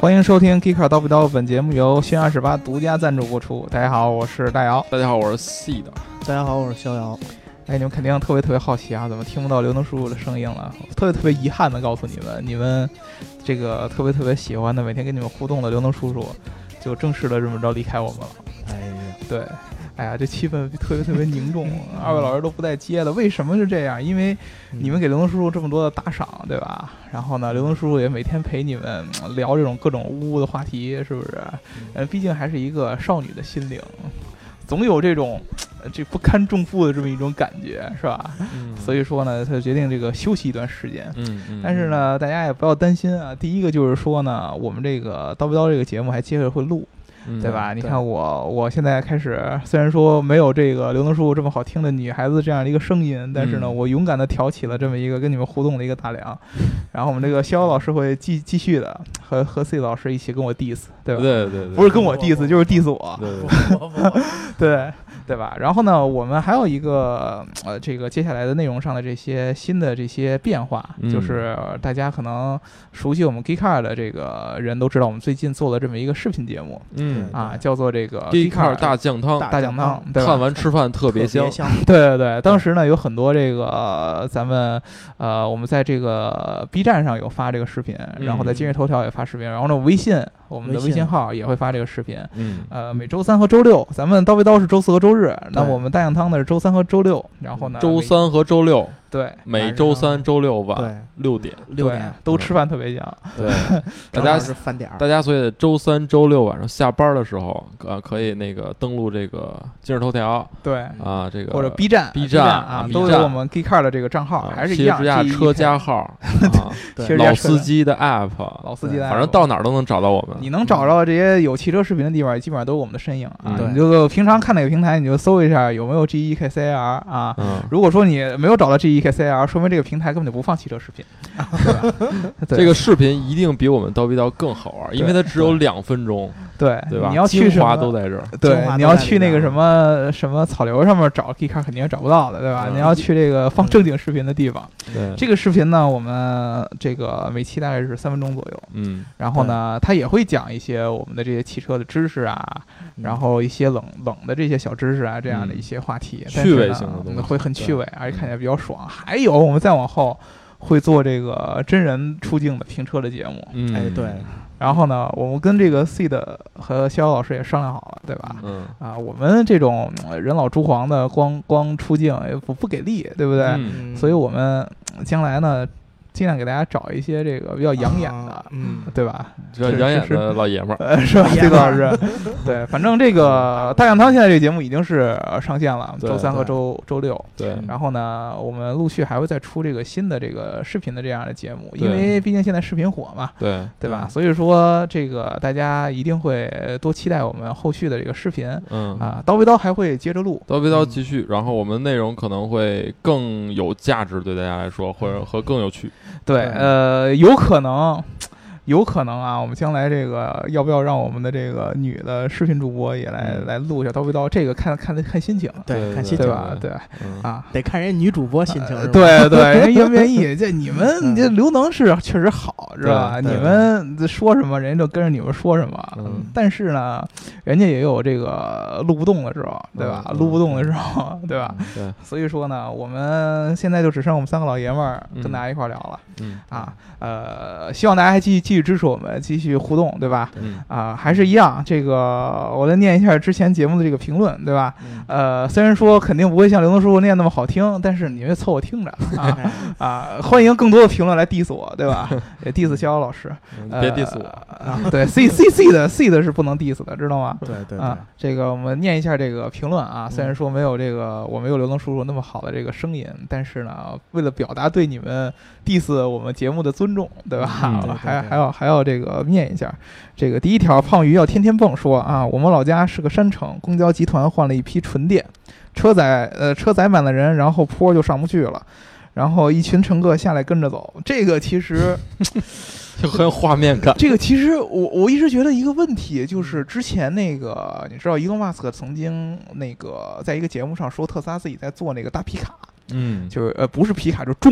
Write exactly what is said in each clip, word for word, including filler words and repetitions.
欢迎收听 Geeker 叨不叨，本节目由新二十八独家赞助播出。大家好，我是大姚。 大家好，我是 C 的。 大家好，我是逍遥。 哎，你们肯定特别特别好奇啊，怎么听不到刘能叔叔的声音了？特别特别遗憾的告诉你们，你们这个特别特别喜欢的，每天跟你们互动的刘能叔叔，就正式的这么着离开我们了。 哎呀， 对。哎呀，这气氛特别特别凝重，二位老师都不带接的，为什么是这样？因为你们给刘能叔叔这么多的打赏，对吧？然后呢，刘能叔叔也每天陪你们聊这种各种污污的话题，是不是？呃，毕竟还是一个少女的心灵，总有这种这不堪重负的这么一种感觉，是吧？嗯、所以说呢，他决定这个休息一段时间。 嗯嗯。 但是呢，大家也不要担心啊。第一个就是说呢，我们这个叨不叨这个节目还接着会录。对吧？你看我，我现在开始，虽然说没有这个刘能叔叔这么好听的女孩子这样的一个声音，但是呢，我勇敢的挑起了这么一个跟你们互动的一个大梁。然后我们这个逍遥老师会继继续的和和 C 老师一起跟我 diss， 对吧？ 对对对， 不是跟我 diss， 就是 diss 我。 对对对吧？然后呢，我们还有一个呃，这个接下来的内容上的这些新的这些变化， 嗯、 就是大家可能熟悉我们 Geeker 的这个人都知道，我们最近做了这么一个视频节目。 嗯。 啊，叫做这个 Geeker 大酱汤， 大酱汤，对吧？ 看完吃饭特别香。 对对对，当时呢有很多这个咱们呃，我们在这个 B 站上有发这个视频，然后在今日头条也发视频，然后呢微信我们的微信号也会发这个视频。 嗯。 呃，每周三和周六，咱们叨逼叨是周四和周日，那我们大酱汤呢是周三和周六，然后呢周三和周六。 对， 每周三、周六晚六点， 六点都吃饭特别香。 对，大家是饭点， 大家所以周三、周六晚上下班的时候，呃，可以那个登录这个今日头条， 对啊，这个或者 B 站、 B 站啊，都有我们 Geeker 的这个账号，还是一样。 汽车之家车家号，老司机的 app， 老司机的 app， 反正到哪儿都能找到我们。 你能找到这些有汽车视频的地方，基本上都是我们的身影啊。 对， 你就平常看哪个平台，你就搜一下有没有 G E K C R 啊。如果说你没有找到 G E K C R， 说明这个平台根本就不放汽车视频， 这个视频一定比我们叨逼叨更好玩，因为它只有两分钟， 对对吧？ 你要去精华都在这儿， 对，你要去那个什么什么草流上面找 Geeker 肯定是找不到的，对吧？ 嗯、 你要去这个放正经视频的地方。 对， 这个视频呢，我们这个每期大概是三分钟左右， 嗯， 然后呢，它也会讲一些我们的这些汽车的知识啊， 嗯、 然后一些冷冷的这些小知识啊，这样的一些话题， 嗯、趣味性的东西会很趣味，而且看起来比较爽。还有我们再往后会做这个真人出镜的评车的节目， 嗯， 哎对。 然后呢，我们跟这个 C 的和逍遥老师也商量好了，对吧？ 嗯啊，我们这种人老珠黄的光光出镜也不不给力，对不对？ 嗯、 所以我们将来呢，尽量给大家找一些这个比较养眼的， 啊、嗯， 对吧？ 比较养眼的老爷们儿，是吧？这个老师，对，反正这个大酱汤现在这个节目已经是上线了，周三和周周六。 对。 然后呢，我们陆续还会再出这个新的这个视频的这样的节目，因为毕竟现在视频火嘛， 对对吧？所以说这个大家一定会多期待我们后续的这个视频。 嗯啊，叨逼叨还会接着录， 叨逼叨继续，然后我们内容可能会更有价值，对大家来说，或者和更有趣。 对，呃，有可能，有可能啊，我们将来这个要不要让我们的这个女的视频主播也来、嗯、来录一下叨逼叨？这个看看看心情， 对，看心情， 对吧？对， 嗯、 啊， 得看人女主播心情、呃， 对对，人愿不愿意？这你们这刘能是确实好，是吧？你们说什么，人家就跟着你们说什么。 嗯， 但是呢，人家也有这个录不动的时候，对吧？ 嗯、 录不动的时候，对吧？ 对， 所以说呢，我们现在就只剩我们三个老爷们儿跟大家一块聊了。 嗯啊，呃，希望大家还继续继续支持我们，继续互动，对吧？ 嗯啊，还是一样，这个我来念一下之前节目的这个评论，对吧？ 嗯、 呃，虽然说肯定不会像刘能叔叔念那么好听，但是你们凑合听着啊啊！欢迎更多的评论来 diss 我，对吧？也 diss 逍遥老师， 嗯、别 diss 我、 呃、啊！对 ，C C C 的 C 的是不能 diss 的，知道吗？ 对对对啊，这个我们念一下这个评论啊，虽然说没有这个我没有刘能叔叔那么好的这个声音，但是呢，为了表达对你们 diss 我们节目的尊重，对吧？ 嗯、 对还还要还要这个念一下。这个第一条，胖鱼要天天蹦说啊，我们老家是个山城，公交集团换了一批纯电，车载呃车载满了人，然后坡就上不去了，然后一群乘客下来跟着走。这个其实就很有画面感。 这个其实我我一直觉得一个问题，就是之前那个你知道，伊隆马斯克曾经那个在一个节目上说特斯拉自己在做那个大皮卡。 嗯， 就是呃不是皮卡就是重卡，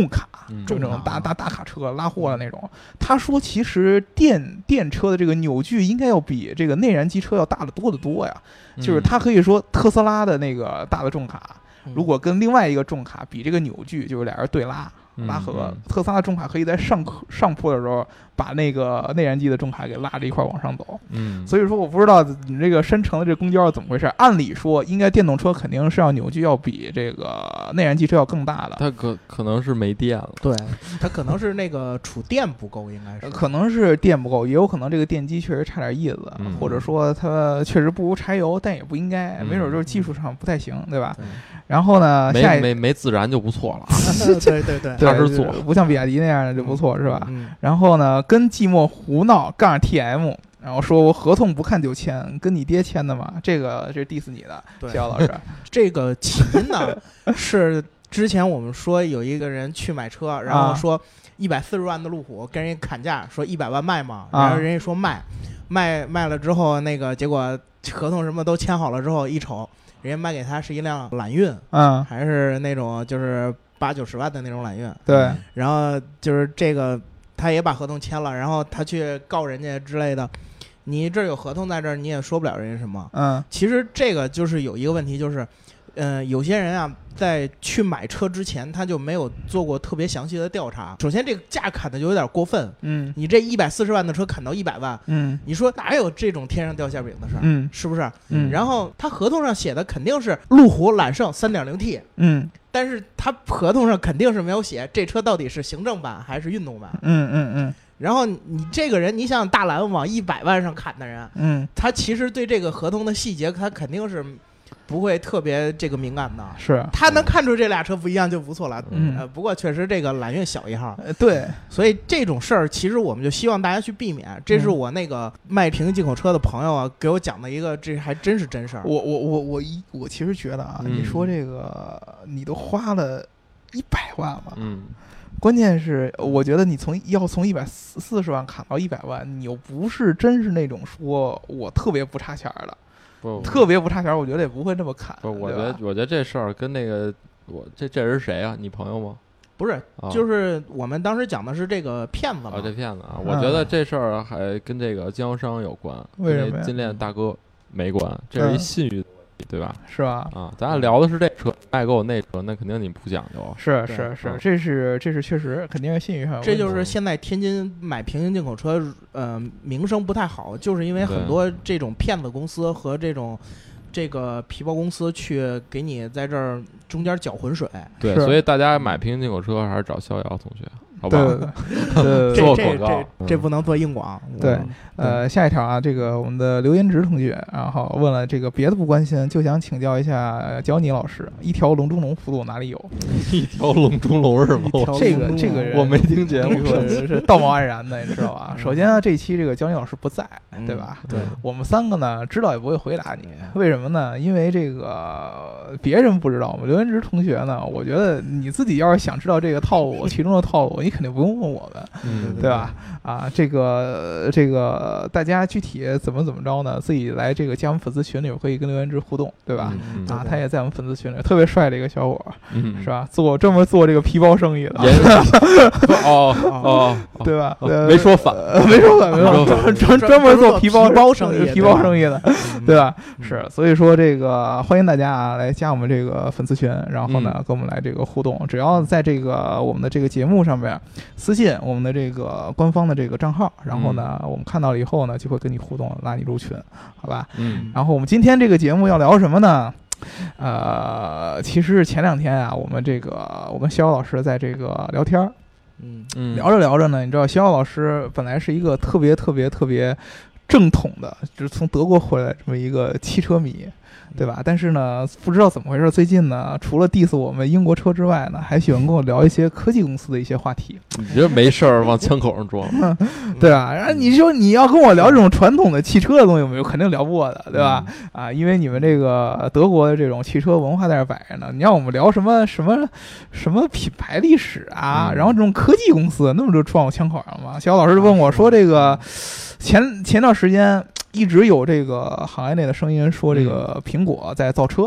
就那种大大大卡车拉货的那种。他说，其实电电车的这个扭矩应该要比这个内燃机车要大得多得多呀。就是他可以说特斯拉的那个大的重卡，如果跟另外一个重卡比这个扭矩，就是俩人对拉。拉合特斯拉的重卡可以在上上坡的时候把那个内燃机的重卡给拉着一块往上走。 嗯， 所以说我不知道你这个深城的这公交怎么回事。按理说，应该电动车肯定是要扭矩要比这个内燃机车要更大的。 它可可能是没电了， 对，它可能是那个储电不够，应该是可能是电不够，也有可能这个电机确实差点意思， 嗯、 或者说它确实不如柴油，但也不应该， 嗯、 没准就是技术上不太行，对吧？对，然后呢， 没下一没没自燃就不错了。 对对对， 踏实做， 不像比亚迪那样的就不错，是吧？ 嗯。 然后呢，跟寂寞胡闹杠 T M， 然后说我合同不看就签，跟你爹签的嘛？这个这是 diss 你的，谢瑶老师。 这个起因呢是之前我们说有一个人去买车，然后说一百四十万的路虎跟人家砍价，说一百万卖嘛，然后人家说卖，卖卖了之后，那个结果合同什么都签好了之后，一瞅，人家卖给他是一辆揽运， 嗯， 还是那种就是八九十万的那种揽运， 对， 然后就是这个他也把合同签了，然后他去告人家之类的，你这有合同在这儿，你也说不了人家什么。 嗯， 其实这个就是有一个问题，就是，呃，有些人啊，在去买车之前，他就没有做过特别详细的调查。首先，这个价砍的就有点过分。 嗯， 你这一百四十万的车砍到一百万， 嗯， 你说哪有这种天上掉馅饼的事儿？ 嗯， 是不是？ 嗯， 然后他合同上写的肯定是路虎揽胜 三点零 T， 嗯， 但是他合同上肯定是没有写这车到底是行政版还是运动版。 嗯嗯嗯。 然后你这个人，你想大蓝往一百万上砍的人， 嗯， 他其实对这个合同的细节，他肯定是不会特别这个敏感的。 是， 他能看出这俩车不一样就不错了。 嗯， 呃，不过确实这个揽运小一号， 呃，对， 所以这种事儿其实我们就希望大家去避免。这是我那个卖平行进口车的朋友啊给我讲的一个，这还真是真事儿。 我我我我一我其实觉得啊， 嗯、 你说这个你都花了一百万了， 嗯。 关键是，我觉得你从要从一百四十万砍到一百万，你又不是真是那种说我特别不差钱的， 不特别不差钱，我觉得也不会这么砍。 不，我觉得我觉得这事儿跟那个我这这人谁啊？你朋友吗？ 不是， 哦、 就是我们当时讲的是这个骗子嘛。 啊，这骗子啊！我觉得这事儿还跟这个经销商有关， 为什么？ 跟金链大哥没关，这是一信誉。嗯对吧？ 是吧？ 啊，咱俩聊的是这车，卖给我那车，那肯定你不讲究。 是是是，这是这是确实肯定是信誉上。 这就是现在天津买平行进口车，呃，名声不太好，就是因为很多这种骗子公司和这种这个皮包公司去给你在这儿中间搅浑水。 对，所以大家买平行进口车还是找逍遥同学。好吧， 对对对， 做广告， 这这这不能做硬广。 对，呃，下一条啊，这个我们的刘延直同学，然后问了这个别的不关心，就想请教一下教你老师，一条龙中龙幅度哪里有？ 一条龙中龙是吗？ 这个这个人我没听见， 是是道貌岸然的，你知道吧？首先啊，这期这个教你老师不在，对吧？ 对， 我们三个呢知道也不会回答你，为什么呢？因为这个别人不知道，我们刘延直同学呢，我觉得你自己要是想知道这个套路其中的套路，你肯定不用问我们， 嗯， 对吧？啊，这个这个大家具体怎么怎么着呢？自己来这个加我们粉丝群里可以跟刘延直互动，对吧？ 嗯、 啊，他也在我们粉丝群里，特别帅的一个小伙， 嗯， 是吧？做专门做这个皮包生意的， 哦哦， 对吧？ 呃、没说反， 没说反，没说反，专专门做皮包皮包生意， 皮包生意的，对吧？是，所以说这个欢迎大家啊来加我们这个粉丝群，然后呢跟我们来这个互动，只要在这个我们的这个节目上面私信我们的这个官方的这个账号，然后呢我们看到了以后呢就会跟你互动，拉你入群，好吧？ 嗯。 然后我们今天这个节目要聊什么呢？呃，其实前两天啊，我们这个我跟逍遥老师在这个聊天， 嗯， 聊着聊着呢，你知道逍遥老师本来是一个特别特别特别正统的，就是从德国回来这么一个汽车迷，对吧？但是呢，不知道怎么回事，最近呢，除了 diss 我们英国车之外呢，还喜欢跟我聊一些科技公司的一些话题。 你这没事儿往枪口上装， 对吧？然后你说你要跟我聊这种传统的汽车的东西，我们肯定聊不过的，对吧？嗯、啊，因为你们这个德国的这种汽车文化在这摆着呢，你让我们聊什么什么什么品牌历史啊，嗯、然后这种科技公司，那么就撞我枪口上嘛。小老师问我说，这个前前段时间。一直有这个行业内的声音说，这个苹果在造车，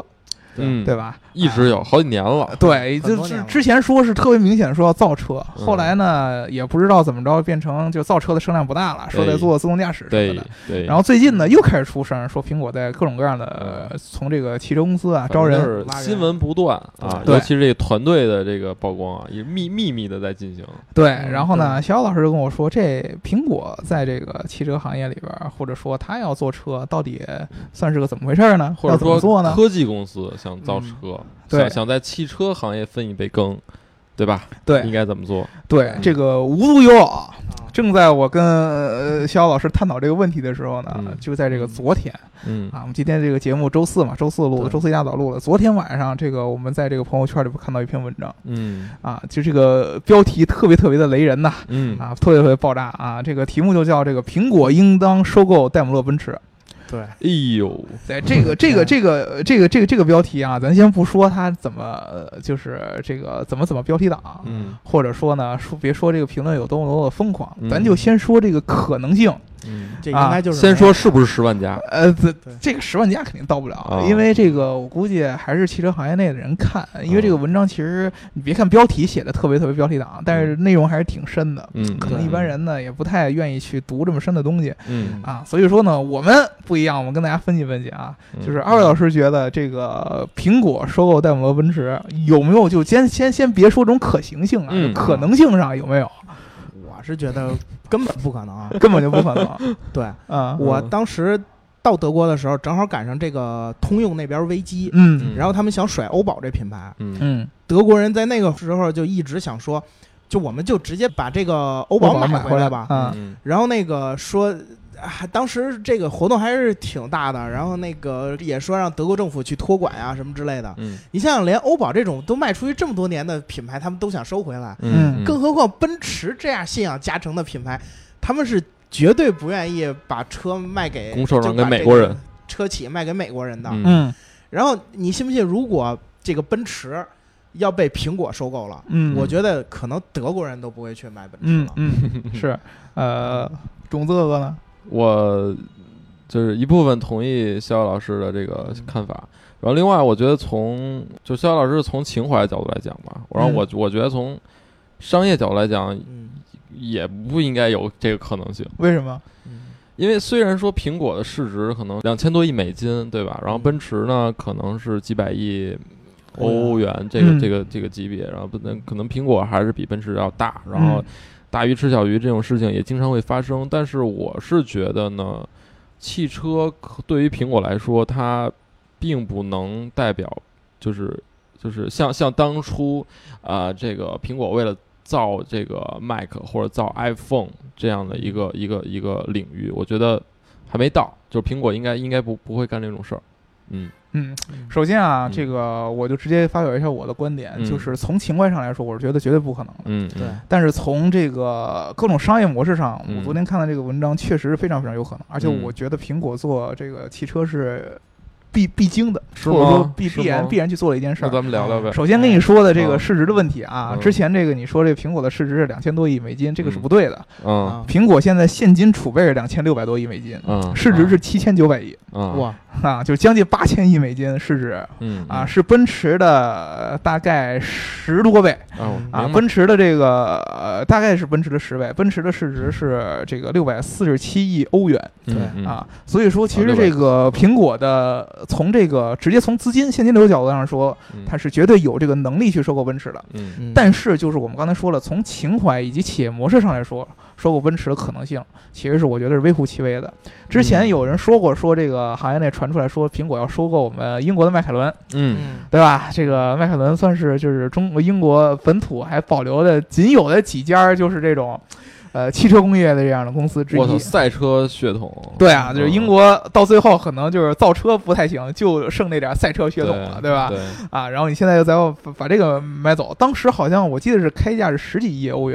嗯， 对吧？ 一直有好几年了。 对，就是之前说是特别明显说要造车， 嗯、 后来呢也不知道怎么着变成就造车的声量不大了，说在做自动驾驶什么的。 对， 然后最近呢又开始出声，说苹果在各种各样的、呃、从这个汽车公司啊招人， 新闻不断啊，尤其是这个团队的这个曝光啊，也秘秘密的在进行。 对，然后呢，小老师就跟我说，这苹果在这个汽车行业里边，或者说他要做车，到底算是个怎么回事呢？ 或者说做呢？ 科技公司想造车， 嗯、对， 想想在汽车行业分一杯羹，对吧？ 对， 应该怎么做？ 对，这个无独有偶，正在我跟呃逍遥老师探讨这个问题的时候呢， 嗯、 就在这个昨天， 嗯啊，我们今天这个节目周四嘛，周四录的，周四一大早录的。昨天晚上，这个我们在这个朋友圈里边看到一篇文章， 嗯， 啊，就这个标题特别特别的雷人呐， 嗯， 啊，特别特别爆炸啊，这个题目就叫这个苹果应当收购戴姆勒奔驰。 对， 哎呦， 对这个这个这个这个这个这个标题啊，咱先不说它怎么呃就是这个怎么怎么标题党， 嗯， 或者说呢说别说这个评论有多么多么的疯狂， 嗯、 咱就先说这个可能性。 嗯，这应该就是、 啊、先说是不是十万加？ 呃，这这个十万加肯定到不了， 啊、 因为这个我估计还是汽车行业内的人看，因为这个文章其实你别看标题写的特别特别标题党，但是内容还是挺深的， 嗯， 可能一般人呢也不太愿意去读这么深的东西， 嗯啊，所以说呢，我们不一样，我们跟大家分析分析啊， 嗯、 就是二位老师觉得这个苹果收购戴姆勒奔驰有没有就先先先别说这种可行性啊， 嗯、 可能性上有没有？ 我是觉得根本不可能啊， 根本就不可能。 对， 啊、 嗯，我当时到德国的时候，正好赶上这个通用那边危机， 嗯， 然后他们想甩欧宝这品牌， 嗯嗯， 德国人在那个时候就一直想说，就我们就直接把这个欧宝买回来吧， 啊、 嗯， 然后那个说。啊，当时这个活动还是挺大的，然后那个也说让德国政府去托管呀、啊、什么之类的。 嗯， 你想想，连欧宝这种都卖出去这么多年的品牌，他们都想收回来， 嗯， 更何况奔驰这样信仰加成的品牌，他们是绝对不愿意把车卖给拱手让给美国人， 车企卖给美国人的。 嗯， 然后你信不信，如果这个奔驰要被苹果收购了， 嗯， 我觉得可能德国人都不会去买奔驰了。 嗯嗯，是，呃，种子哥哥呢？ 我就是一部分同意逍遥老师的这个看法，然后另外我觉得从就逍遥老师从情怀角度来讲吧，然后我我觉得从商业角度来讲，也不应该有这个可能性。 为什么？ 因为虽然说苹果的市值可能两千多亿美金，对吧？然后奔驰呢可能是几百亿欧元，这个这个这个级别，然后不能可能苹果还是比奔驰要大，然后。大鱼吃小鱼这种事情也经常会发生，但是我是觉得呢，汽车对于苹果来说，它并不能代表，就是就是像像当初啊、呃，这个苹果为了造这个 Mac 或者造 iPhone 这样的一个一个一个领域，我觉得还没到，就是苹果应该应该不不会干这种事儿，嗯。 嗯，首先啊， 嗯、 这个我就直接发表一下我的观点， 嗯、 就是从情怀上来说，我是觉得绝对不可能的。 嗯， 对。 但是从这个各种商业模式上， 嗯、 我昨天看的这个文章确实非常非常有可能，而且嗯、 我觉得苹果做这个汽车是必必经的， 或者说必必然必然去做的一件事儿。 那咱们聊聊呗。 首先跟你说的这个市值的问题啊， 嗯、 之前这个你说这个苹果的市值是两千多亿美金，这个是不对的。 嗯， 苹果现在现金储备是两千六百多亿美金， 嗯， 市值是七千九百亿。 嗯， 哇啊，就将近八千亿美金市值。 嗯啊，是奔驰的大概十多倍。 嗯、 啊，奔驰的这个呃，大概是奔驰的十倍。奔驰的市值是这个六百四十七亿欧元。 对、 嗯、啊，所以说其实这个苹果的从这个直接从资金现金流角度上说，它是绝对有这个能力去收购奔驰的。 嗯， 但是就是我们刚才说了，从情怀以及企业模式上来说，收购奔驰的可能性其实是我觉得是微乎其微的。之前有人说过，说这个行业内传出来说苹果要收购我们英国的迈凯伦， 嗯， 对吧？这个迈凯伦算是就是中国英国本土还保留的仅有的几家就是这种。呃，汽车工业的这样的公司之一， 我操，赛车血统。 对啊，就是英国到最后可能就是造车不太行，就剩那点赛车血统了， 对, 对吧？ 对啊，然后你现在又再把这个买走，当时好像我记得是开价是十几亿欧元，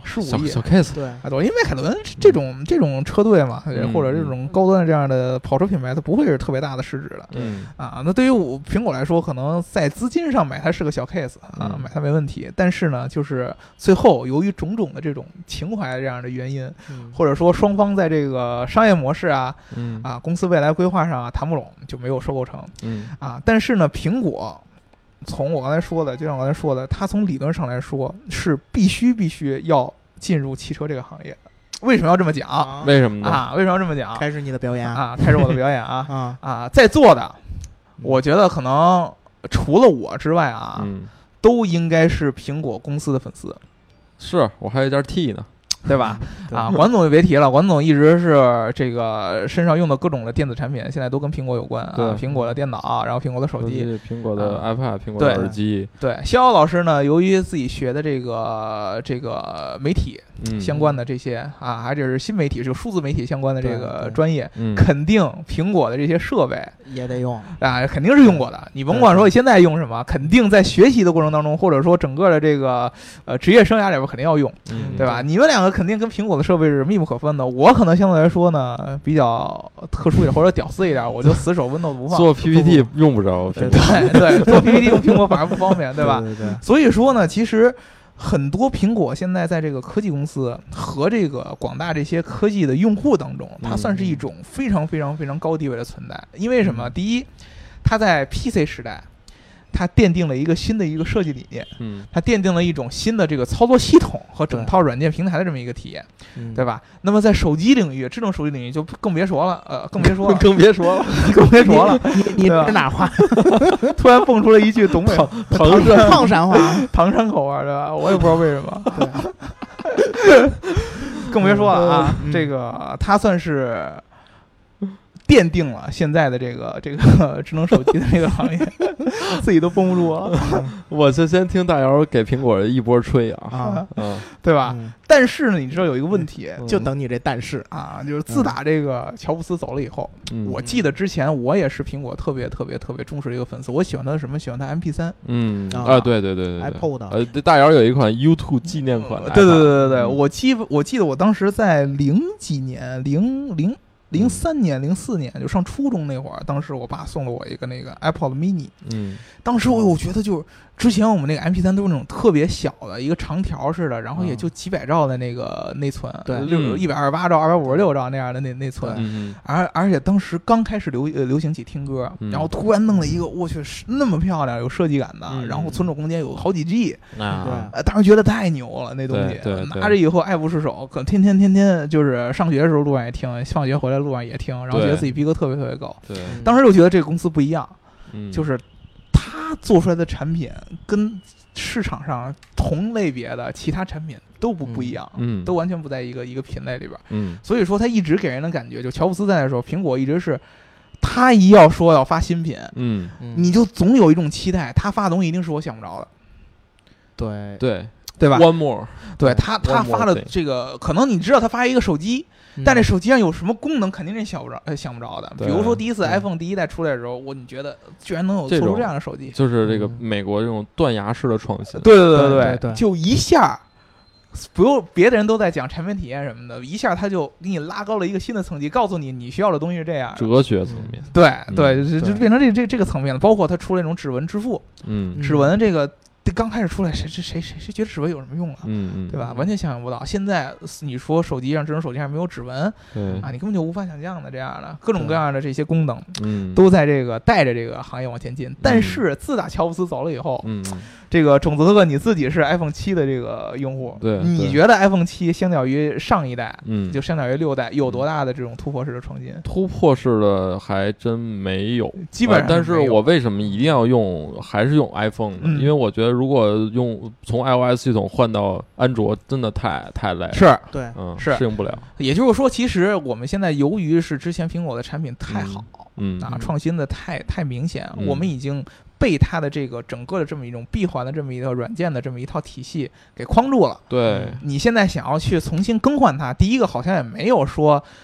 十五亿小 case， 对啊，对，因为凯伦这种、嗯、这种车队嘛， 嗯、 或者这种高端的这样的跑车品牌，它不会是特别大的市值的。 嗯啊，那对于我苹果来说，可能在资金上买它是个小 case 啊， 嗯、 买它没问题。但是呢，就是最后由于种种的这种情怀这样的原因， 嗯、 或者说双方在这个商业模式啊， 嗯啊公司未来规划上啊谈不拢，就没有收购成。 嗯啊，但是呢，苹果。从我刚才说的，就像我刚才说的，它从理论上来说是必须必须要进入汽车这个行业的。为什么要这么讲？ 啊、 为什么呢？ 啊，为什么要这么讲？ 开始你的表演啊！开始我的表演啊！ 啊啊，在座的，我觉得可能除了我之外啊， 嗯、 都应该是苹果公司的粉丝。 是我还有一件 T 呢。 对吧？啊，管总就别提了，管总一直是这个身上用的各种的电子产品，现在都跟苹果有关啊。苹果的电脑，然后苹果的手机， 苹果的 iPad，、嗯、苹果的耳机。 对，逍遥老师呢，由于自己学的这个这个媒体相关的这些、嗯、啊，还是新媒体，就数字媒体相关的这个专业，肯定苹果的这些设备也得用啊，肯定是用过的。你甭管说你现在用什么，肯定在学习的过程当中，或者说整个的这个呃职业生涯里边肯定要用， 嗯、 对吧？你们两个肯定跟苹果的设备是密不可分的。我可能相对来说呢比较特殊一点或者屌丝一点，我就死守 Windows 不放。 做 P P T 用不着， 对对对，做 P P T 用苹果反而不方便，对吧？ 对对对。 所以说呢，其实很多苹果现在在这个科技公司和这个广大这些科技的用户当中，它算是一种非常非常非常高地位的存在。因为什么？第一，它在 P C 时代。它奠定了一个新的一个设计理念， 嗯， 它奠定了一种新的这个操作系统和整套软件平台的这么一个体验，对吧？那么在手机领域，智能手机领域就更别说了，呃，更别说了， 更别说了， 更别说了。 你你是哪话？ 突然蹦出了一句东北唐山唐山话， 唐山口味，对吧？我也不知道为什么。对，更别说了啊， 嗯、 这个它算是。奠定了现在的这个这个智能手机的这个行业，自己都绷不住了。 我就先听大姚给苹果一波吹啊， 啊嗯， 对吧？ 嗯、 但是呢，你知道有一个问题， 嗯、就等你这但是啊，就是自打这个乔布斯走了以后， 嗯、 我记得之前我也是苹果特别特别特别忠实的一个粉丝。我喜欢他什么？喜欢他 M P 三。 嗯啊，对对对对 ，iPod。 呃，大姚有一款 U 二 纪念款。 对对对对对，我记我记得我当时在零几年，零零。零三年、零四年就上初中那会儿，当时我爸送了我一个那个 iPod mini。 嗯， 当时我我觉得就是之前我们那个 M P 三都是那种特别小的一个长条似的，然后也就几百兆的那个内存， 对， 六一百二十八兆、二百五十六兆那样的内内存。 嗯， 而而且当时刚开始流呃流行起听歌， 嗯、 然后突然弄了一个，我去那么漂亮、有设计感的， 嗯、 然后存储空间有好几 G， 啊， 呃，当时觉得太牛了那东西， 对对对， 拿着以后爱不释手，可天天天天就是上学的时候路上也听，放学回来路上也听，然后觉得自己逼格特别特别高。 对， 当时就觉得这个公司不一样， 嗯、 就是他做出来的产品跟市场上同类别的其他产品都不不一样， 嗯， 都完全不在一个一个品类里边， 嗯， 所以说他一直给人的感觉，就乔布斯在的时候，苹果一直是他一要说要发新品， 嗯， 你就总有一种期待，他发的东西一定是我想不着的， 对对对吧 ？One more， 对他他发的这个，可能你知道他发一个手机。但这手机上有什么功能，肯定是想不着，呃，想不着的。比如说第一次 iPhone 第一代出来的时候，我你觉得居然能有做出这样的手机， 就是这个美国这种断崖式的创新。 对对对对对，就一下，不用别的人都在讲产品体验什么的，一下他就给你拉高了一个新的层级，告诉你你需要的东西是这样。 哲学层面， 对对，就就变成这这这个层面了。包括它出了那种指纹支付， 嗯， 指纹这个。刚开始出来，谁谁谁谁谁觉得指纹有什么用啊？ 嗯嗯， 对吧？完全想象不到。现在你说手机上智能手机上没有指纹， 对啊，你根本就无法想象的这样的各种各样的这些功能， 嗯， 都在这个带着这个行业往前进。但是自打乔布斯走了以后， 嗯， 这个种子哥哥你自己是 iPhone 七的这个用户， 对， 你觉得 iPhone 七相较于上一代， 嗯， 就相较于六代有多大的这种突破式的创新？ 突破式的还真没有， 基本上。 但是我为什么一定要用还是用 iPhone 呢？ 嗯、 因为我觉得如果用从 iOS 系统换到安卓，真的太太累了。 是， 对， 嗯， 是适应不了。 也就是说，其实我们现在由于是之前苹果的产品太好， 嗯啊，创新的太太明显， 嗯、 我们已经被它的这个整个的这么一种闭环的这么一个软件的这么一套体系给框住了。 对， 你现在想要去重新更换它，第一个好像也没有说。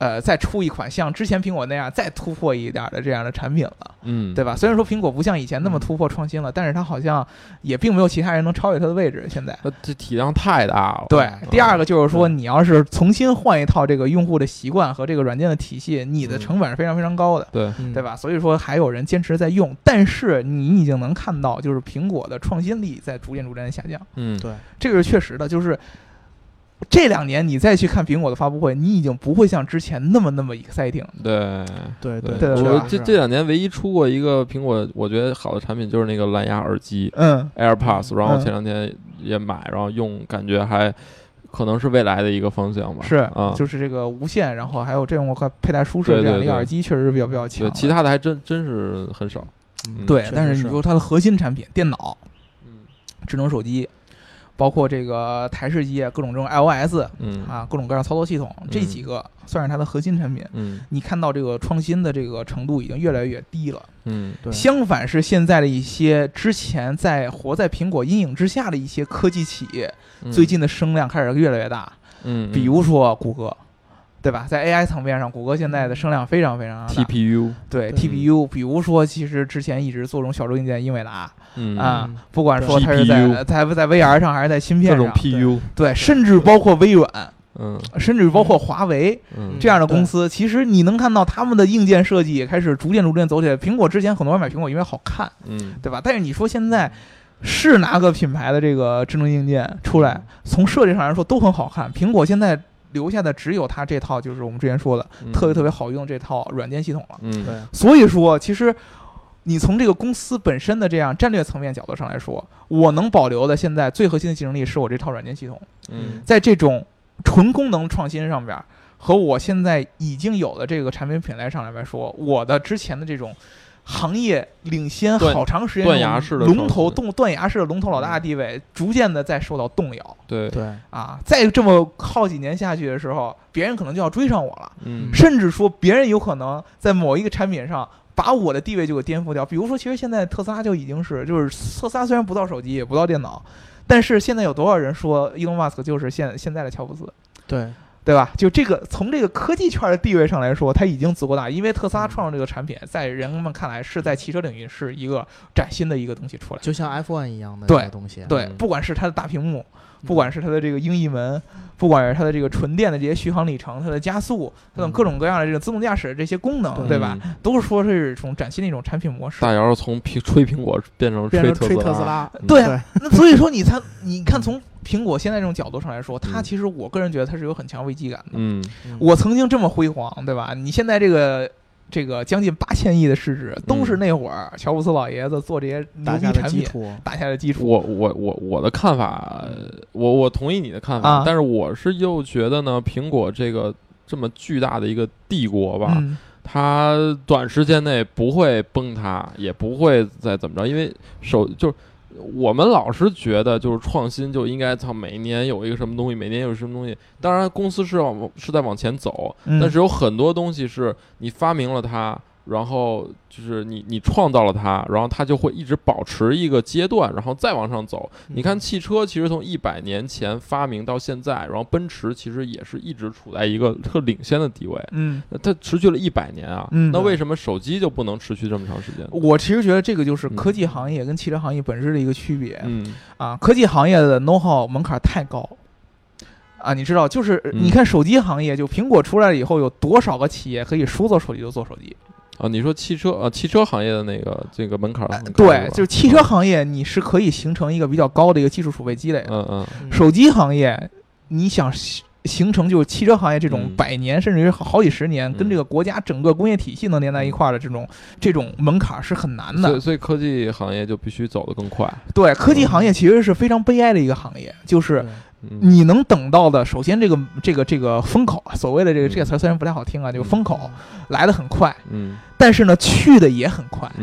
呃，再出一款像之前苹果那样再突破一点的这样的产品了， 嗯， 对吧？虽然说苹果不像以前那么突破创新了，嗯、但是它好像也并没有其他人能超越它的位置。现在， 这体量太大了。 对，嗯、第二个就是说，你要是重新换一套这个用户的习惯和这个软件的体系，你的成本是非常非常高的， 对、 嗯，对吧？所以说还有人坚持在用，但是你已经能看到，就是苹果的创新力在逐渐逐渐的下降。 嗯， 对， 这个是确实的，就是。这两年你再去看苹果的发布会，你已经不会像之前那么那么 exciting。 对对对对， 我这这两年唯一出过一个苹果我觉得好的产品就是那个蓝牙耳机， 嗯 ，AirPods， 然后前两天也买，然后用，感觉还可能是未来的一个方向吧。 是啊、嗯， 就是这个无线，然后还有这种佩戴舒适这样的一个耳机，确实是比较比较强。 对，其他的还真真是很少。 嗯、对，但是你说它的核心产品，电脑， 嗯， 智能手机。包括这个台式机啊，各种这种 iOS， 嗯啊，各种各样操作系统，嗯、这几个算是它的核心产品。 嗯， 你看到这个创新的这个程度已经越来越低了。 嗯， 对。 相反是现在的一些之前在活在苹果阴影之下的一些科技企业， 嗯、 最近的声量开始越来越大。 嗯， 比如说谷歌。对吧？在 A I 层面上，谷歌现在的声量非常非常大。 T P U 对 T P U， 比如说，其实之前一直做这种小众硬件，英伟达， 嗯啊，不管说它是在在在 V R 上还是在芯片上， 各种 P U， 对，甚至包括微软， 嗯， 甚至包括华为， 嗯， 这样的公司，其实你能看到他们的硬件设计也开始逐渐逐渐走起来。苹果之前很多人买苹果因为好看， 嗯， 对吧？但是你说现在是哪个品牌的这个智能硬件出来，从设计上来说都很好看，苹果现在留下的只有它这套，就是我们之前说的、嗯、特别特别好用这套软件系统了。 嗯， 对。 所以说，其实你从这个公司本身的这样战略层面角度上来说，我能保留的现在最核心的竞争力是我这套软件系统。 嗯， 在这种纯功能创新上边，和我现在已经有的这个产品品类上来说，我的之前的这种行业领先好长时间断崖式的龙头动断崖式的龙头老大的地位，逐渐的在受到动摇。 对对啊，再这么好几年下去的时候，别人可能就要追上我了。 嗯， 甚至说别人有可能在某一个产品上把我的地位就给颠覆掉。比如说，其实现在特斯拉就已经是，就是特斯拉虽然不造手机，也不造电脑，但是现在有多少人说伊隆马斯克就是现现在的乔布斯？ 对。 对吧？就这个从这个科技圈的地位上来说，它已经足够大，因为特斯拉创造这个产品，在人们看来是在汽车领域是一个崭新的一个东西出来， 就像 iPhone 一样的对东西。 对， 嗯、 不管是它的大屏幕，不管是它的这个鹰翼门，不管是它的这个纯电的这些续航里程，它的加速，它等各种各样的这个自动驾驶这些功能， 嗯、 对吧？都是说是一种崭新的一种产品模式。 大姚从吹苹果变成吹特斯拉， 对啊。那所以说你才你看从苹果现在这种角度上来说，它其实我个人觉得它是有很强危机感的。 嗯， 我曾经这么辉煌，对吧？你现在这个这个将近八千亿的市值，都是那会儿乔布斯老爷子做这些牛逼产品打下的基础。 我我我我的看法，我我同意你的看法， 啊、 但是我是又觉得呢，苹果这个这么巨大的一个帝国吧。 嗯， 它短时间内不会崩塌，也不会再怎么着，因为手就是我们老是觉得就是创新就应该操每年有一个什么东西，每年有什么东西。当然公司是往是在往前走， 嗯、 但是有很多东西是你发明了它，然后就是你你创造了它，然后它就会一直保持一个阶段，然后再往上走。 嗯、 你看汽车其实从一百年前发明到现在，然后奔驰其实也是一直处在一个特领先的地位。 嗯， 它持续了一百年啊。 嗯， 那为什么手机就不能持续这么长时间？ 我其实觉得这个就是科技行业跟汽车行业本质的一个区别。 嗯， 啊，科技行业的 know how 门槛太高。啊，你知道，就是你看手机行业，就苹果出来了以后，有多少个企业可以说做手机就做手机？ 啊，你说汽车啊，汽车行业的那个这个门槛很高， 对，就是汽车行业，你是可以形成一个比较高的一个技术储备积累的。 嗯嗯。 手机行业，你想形成就是汽车行业这种百年、嗯、甚至于好几十年，跟这个国家整个工业体系能连在一块儿的这种、嗯、这种门槛是很难的。 所以，所以科技行业就必须走得更快。 对，科技行业其实是非常悲哀的一个行业，就是你能等到的，首先这个这个这个风口啊，所谓的这个这个词虽然不太好听啊，这个风口来得很快， 嗯， 但是呢去的也很快， 嗯。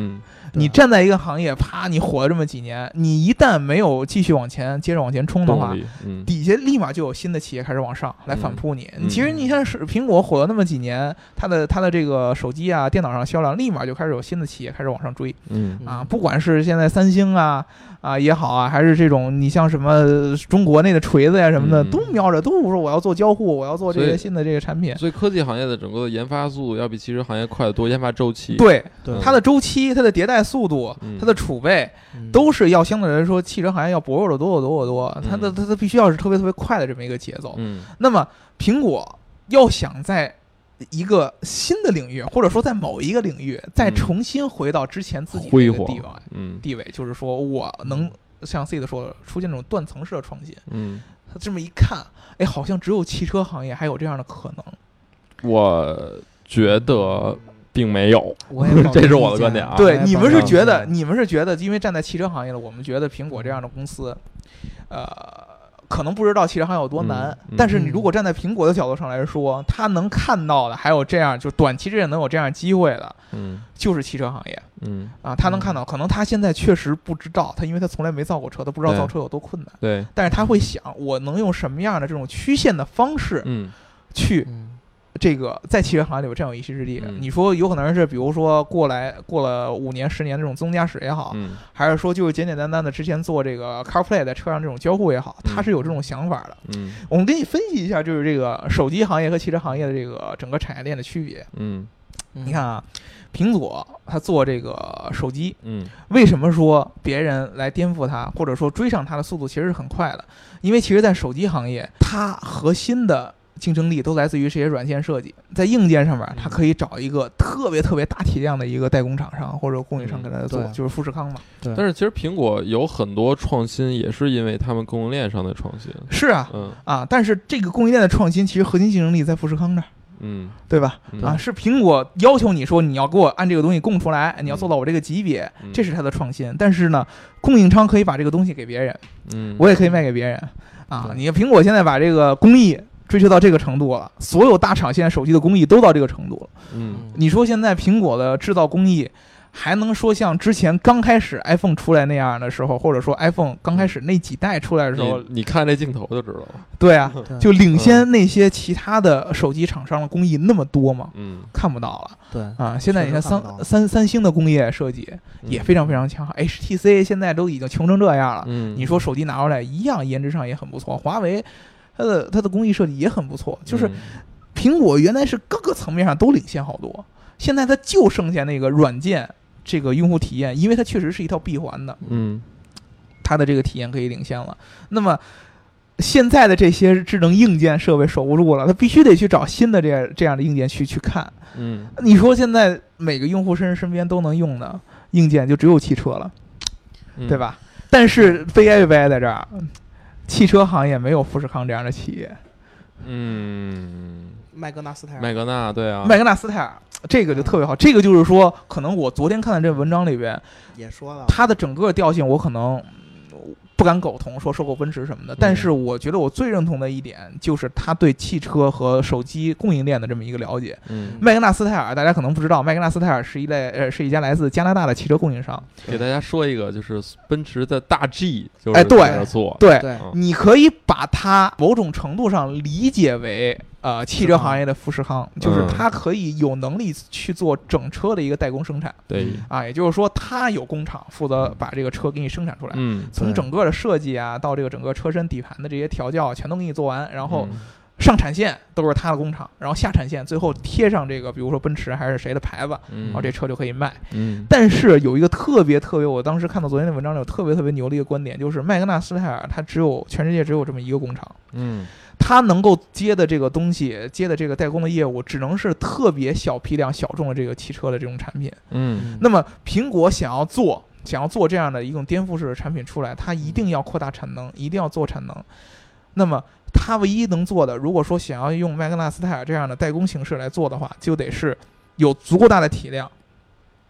你站在一个行业，啪，你火了这么几年，你一旦没有继续往前，接着往前冲的话， 嗯、 底下立马就有新的企业开始往上来反扑你。 嗯、 其实你看，是苹果火了那么几年，它的它的这个手机啊、电脑上销量，立马就开始有新的企业开始往上追。 嗯啊，不管是现在三星啊啊也好啊，还是这种你像什么中国内的锤子呀什么的， 嗯、 都瞄着，都说我要做交互，我要做这些新的这个产品。 所以科技行业的整个的研发速度要比汽车行业快得多，研发周期对对它的周期、它的迭代速度、 嗯、 它的储备， 嗯、 都是要相对来说汽车行业要薄弱的多得多得多。 嗯、 它的它的必须要是特别特别快的这么一个节奏。 嗯， 那么苹果要想在一个新的领域，或者说在某一个领域再重新回到之前自己的地位， 嗯， 地位就是说我能像 C 的说的出现这种断层式的创新。 嗯， 他这么一看，哎，好像只有汽车行业还有这样的可能。 我觉得并没有， 我也这是我的观点啊。 对，你们是觉得，你们是觉得，因为站在汽车行业了，我们觉得苹果这样的公司，呃。可能不知道汽车行业有多难， 嗯嗯、 但是你如果站在苹果的角度上来说，他能看到的还有这样，就短期之内能有这样机会的， 嗯， 就是汽车行业， 嗯啊，他能看到，可能他现在确实不知道，他因为他从来没造过车，他不知道造车有多困难， 对， 但是他会想，我能用什么样的这种曲线的方式， 嗯， 去。 嗯这个在汽车行业里有占有一席之地， 嗯、 你说有可能是比如说过来过了五年十年这种自动驾驶也好， 嗯、 还是说就是简简单单的之前做这个 CarPlay 在车上这种交互也好，他是有这种想法的。 嗯， 我们给你分析一下，就是这个手机行业和汽车行业的这个整个产业链的区别。 嗯， 你看啊，苹果它做这个手机， 嗯， 为什么说别人来颠覆它，或者说追上它的速度其实是很快的？因为其实，在手机行业，它核心的竞争力都来自于这些软件设计，在硬件上面，它可以找一个特别特别大体量的一个代工厂商或者供应商给它做， 嗯、 就是富士康嘛。 对。 但是其实苹果有很多创新，也是因为他们供应链上的创新。 是啊， 嗯啊，但是这个供应链的创新，其实核心竞争力在富士康这儿。 嗯， 对吧？ 嗯、 啊，是苹果要求你说你要给我按这个东西供出来，你要做到我这个级别， 嗯、 这是它的创新。但是呢，供应商可以把这个东西给别人， 嗯， 我也可以卖给别人。啊，你苹果现在把这个工艺追求到这个程度了，所有大厂现在手机的工艺都到这个程度了。 嗯， 你说现在苹果的制造工艺还能说像之前刚开始 iPhone 出来那样的时候，或者说 iPhone 刚开始那几代出来的时候， 你, 你看这镜头就知道了。 对啊，就领先那些其他的手机厂商的工艺那么多吗？ 嗯， 看不到了。 对啊，现在你看三三三星的工业设计也非常非常强、嗯、，H T C 现在都已经穷成这样了。 嗯， 你说手机拿出来一样，颜值上也很不错。华为它的它的工艺设计也很不错，就是苹果原来是各个层面上都领先好多，现在它就剩下那个软件这个用户体验，因为它确实是一套闭环的， 嗯， 它的这个体验可以领先了。那么现在的这些智能硬件设备守不住了，它必须得去找新的这样这样的硬件去去看。 嗯， 你说现在每个用户身上身边都能用的硬件就只有汽车了， 嗯、 对吧？但是悲哀悲哀在这儿，汽车行业没有富士康这样的企业。 嗯， 麦格纳斯泰尔， 麦格纳对啊， 麦格纳斯泰尔这个就特别好。这个就是说，可能我昨天看的这文章里边也说了， 它的整个调性我可能不敢苟同，说收购奔驰什么的。但是我觉得我最认同的一点就是他对汽车和手机供应链的这么一个了解。 嗯， 麦格纳斯泰尔大家可能不知道，麦格纳斯泰尔是一类呃是一家来自加拿大的汽车供应商。 给大家说一个，就是奔驰的大 G 就是哎对在做， 对， 对嗯、 你可以把它某种程度上理解为。呃，汽车行业的富士康，就是它可以有能力去做整车的一个代工生产。 对啊，也就是说，它有工厂负责把这个车给你生产出来。 嗯， 从整个的设计啊，到这个整个车身底盘的这些调教，全都给你做完，然后嗯上产线都是它的工厂，然后下产线最后贴上这个，比如说奔驰还是谁的牌子， 嗯、 然后这车就可以卖。 嗯， 但是有一个特别特别，我当时看到昨天的文章里有特别特别牛的一个观点，就是麦格纳斯泰尔它只有全世界只有这么一个工厂。 嗯。 它能够接的这个东西，接的这个代工的业务，只能是特别小批量、小众的这个汽车的这种产品。 嗯， 那么苹果想要做，想要做这样的一种颠覆式的产品出来，它一定要扩大产能，一定要做产能。那么它唯一能做的，如果说想要用麦格纳斯泰尔这样的代工形式来做的话，就得是有足够大的体量，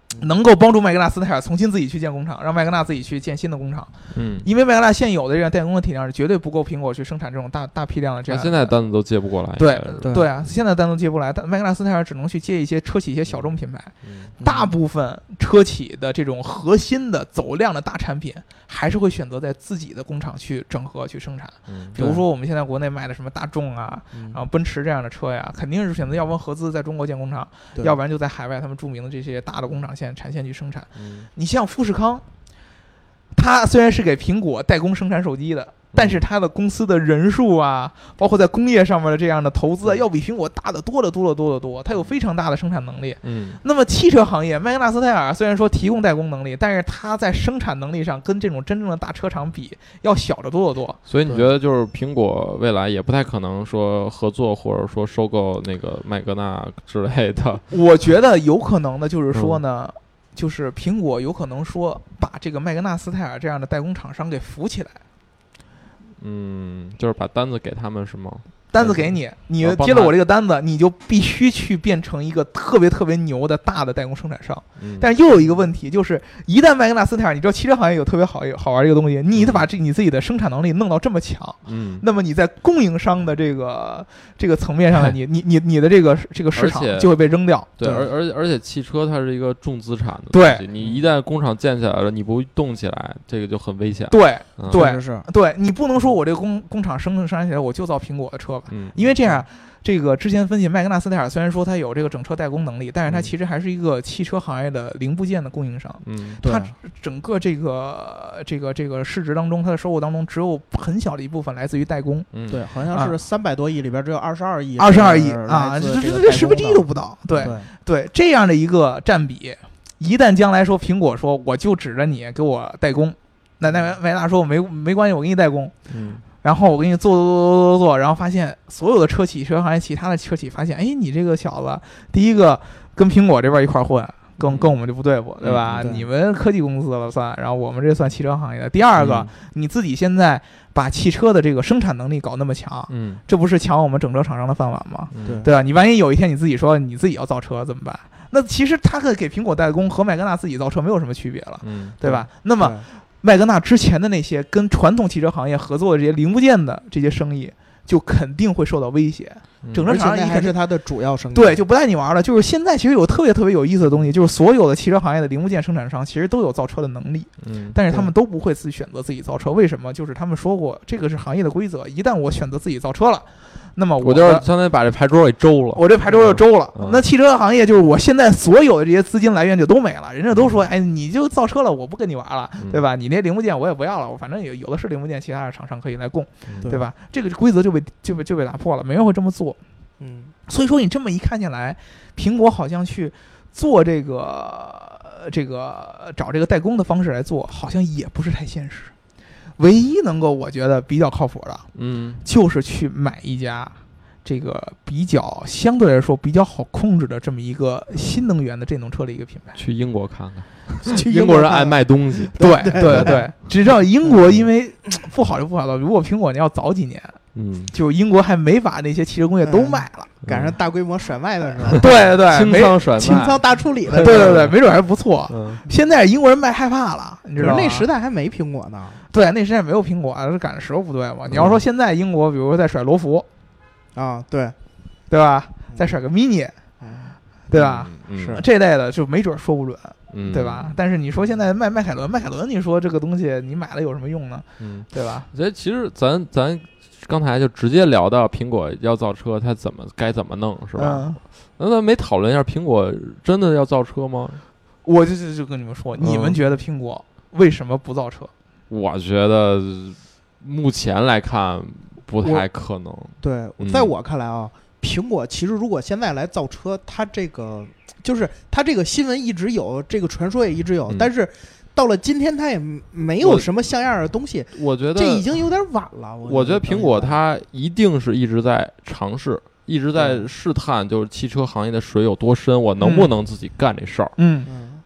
能够帮助麦格纳斯泰尔重新自己去建工厂，让麦格纳自己去建新的工厂。 嗯， 因为麦格纳现有的这样代工的体量是绝对不够苹果去生产这种大大批量的这样的。 现在单子都接不过来。 对对对啊，现在单都接不来，但麦格纳斯泰尔只能去接一些车企一些小众品牌。 嗯、 大部分车企的这种核心的走量的大产品，还是会选择在自己的工厂去整合去生产。 嗯， 比如说我们现在国内卖的什么大众啊， 嗯、 然后奔驰这样的车呀，肯定是选择要不然合资在中国建工厂，要不然就在海外他们著名的这些大的工厂线产线去生产。 嗯、 你像富士康，它虽然是给苹果代工生产手机的，但是它的公司的人数啊，包括在工业上面的这样的投资啊，要比苹果大的多得多得多得多，它有非常大的生产能力。 嗯， 那么汽车行业，麦格纳斯泰尔虽然说提供代工能力，但是它在生产能力上跟这种真正的大车厂比，要小得多得多。 所以你觉得就是苹果未来也不太可能说合作或者说收购那个麦格纳之类的？ 我觉得有可能的就是说呢。嗯，就是苹果有可能说把这个麦格纳斯泰尔这样的代工厂商给扶起来， 嗯，就是把单子给他们是吗？ 单子给你，你接了我这个单子，你就必须去变成一个特别特别牛的大的代工生产商。 嗯、 但是又有一个问题，就是一旦麦格纳斯泰尔，你知道汽车行业有特别好好玩一个东西，你得把这你自己的生产能力弄到这么强， 嗯， 那么你在供应商的这个这个层面上，你你你你的这个这个市场就会被扔掉。 对，而而而且汽车它是一个重资产的东西，对， 你一旦工厂建起来了，你不动起来，这个就很危险。 对， 嗯、 对， 是， 对你不能说我这个工工厂生产起来我就造苹果的车吧， 嗯， 因为这样。这个之前分析，麦格纳斯泰尔虽然说它有这个整车代工能力，但是它其实还是一个汽车行业的零部件的供应商。 嗯， 它整个这个这个这个市值当中，它的收入当中只有很小的一部分来自于代工。 嗯， 对，好像是三百多亿里边只有二十二亿， 二十二亿啊，这这这十分之一都不到。对对, 对，这样的一个占比，一旦将来说苹果说我就指着你给我代工，那那麦纳说没没关系，我给你代工。 嗯。 然后我给你做做做做做，然后发现所有的车企、车行业其他的车企发现，哎，你这个小子，第一个跟苹果这边一块混，跟跟我们就不对付，对吧？ 嗯、对， 你们科技公司了算，然后我们这算汽车行业的。第二个，嗯、你自己现在把汽车的这个生产能力搞那么强， 嗯， 这不是抢我们整车厂商的饭碗吗？ 对， 对吧？你万一有一天你自己说你自己要造车怎么办？那其实他给苹果代工和麦格纳自己造车没有什么区别了， 嗯， 对吧？那么。麦格纳之前的那些跟传统汽车行业合作的这些零部件的这些生意，就肯定会受到威胁。 嗯、 整车厂商还是它的主要生意， 对，就不带你玩了。就是现在其实有特别特别有意思的东西，就是所有的汽车行业的零部件生产商其实都有造车的能力， 嗯， 但是他们都不会自己选择自己造车。为什么？就是他们说过，这个是行业的规则，一旦我选择自己造车了。那么 我, 我就是相当于把这牌桌给周了， 我这牌桌就周了、 嗯。 那汽车行业就是我现在所有的这些资金来源就都没了，人家都说，哎，你就造车了，我不跟你玩了， 嗯、 对吧？你那零部件我也不要了，我反正有有的是零部件，其他的厂商可以来供， 嗯、 对吧？这个规则就被就被就被打破了，没人会这么做。 嗯， 所以说你这么一看见来，苹果好像去做这个这个找这个代工的方式来做，好像也不是太现实。唯一能够我觉得比较靠谱的， 嗯， 就是去买一家这个比较相对来说比较好控制的这么一个新能源的电动车的一个品牌。 去英国看看， 去英国人爱卖东西。 对对 对, 对，只知道英国因为不好就不好了。如果苹果你要早几年， 嗯， 就英国还没把那些汽车工业都卖了， 嗯、赶上大规模甩卖的时候， 对对对， 清仓甩卖， 清仓大处理的， 对对对，没准还不错。 嗯， 现在英国人卖害怕了，你知道吗？ 那时代还没苹果呢。 对，那时代没有苹果，是赶的时候不对嘛。你要说现在英国，比如说在甩罗孚， 啊，对， 对吧？再甩个 mini，、嗯、对吧？ 嗯、 是这类的，就没准说不准。 嗯， 对吧？但是你说现在卖迈凯伦，迈凯伦，你说这个东西你买了有什么用呢？ 嗯， 对吧？ 我觉得其实咱咱刚才就直接聊到苹果要造车，它怎么该怎么弄，是吧？ 嗯、 那咱没讨论一下苹果真的要造车吗？ 我就就就跟你们说，嗯、你们觉得苹果为什么不造车？ 我觉得目前来看不太可能。 对， 嗯、 在我看来啊，苹果其实如果现在来造车，它这个就是它这个新闻一直有，这个传说也一直有， 嗯、 但是到了今天，它也没有什么像样的东西。 我觉得这已经有点晚了。 我我觉得苹果它一定是一直在尝试，一直在试探，就是汽车行业的水有多深，我能不能自己干这事儿。 嗯。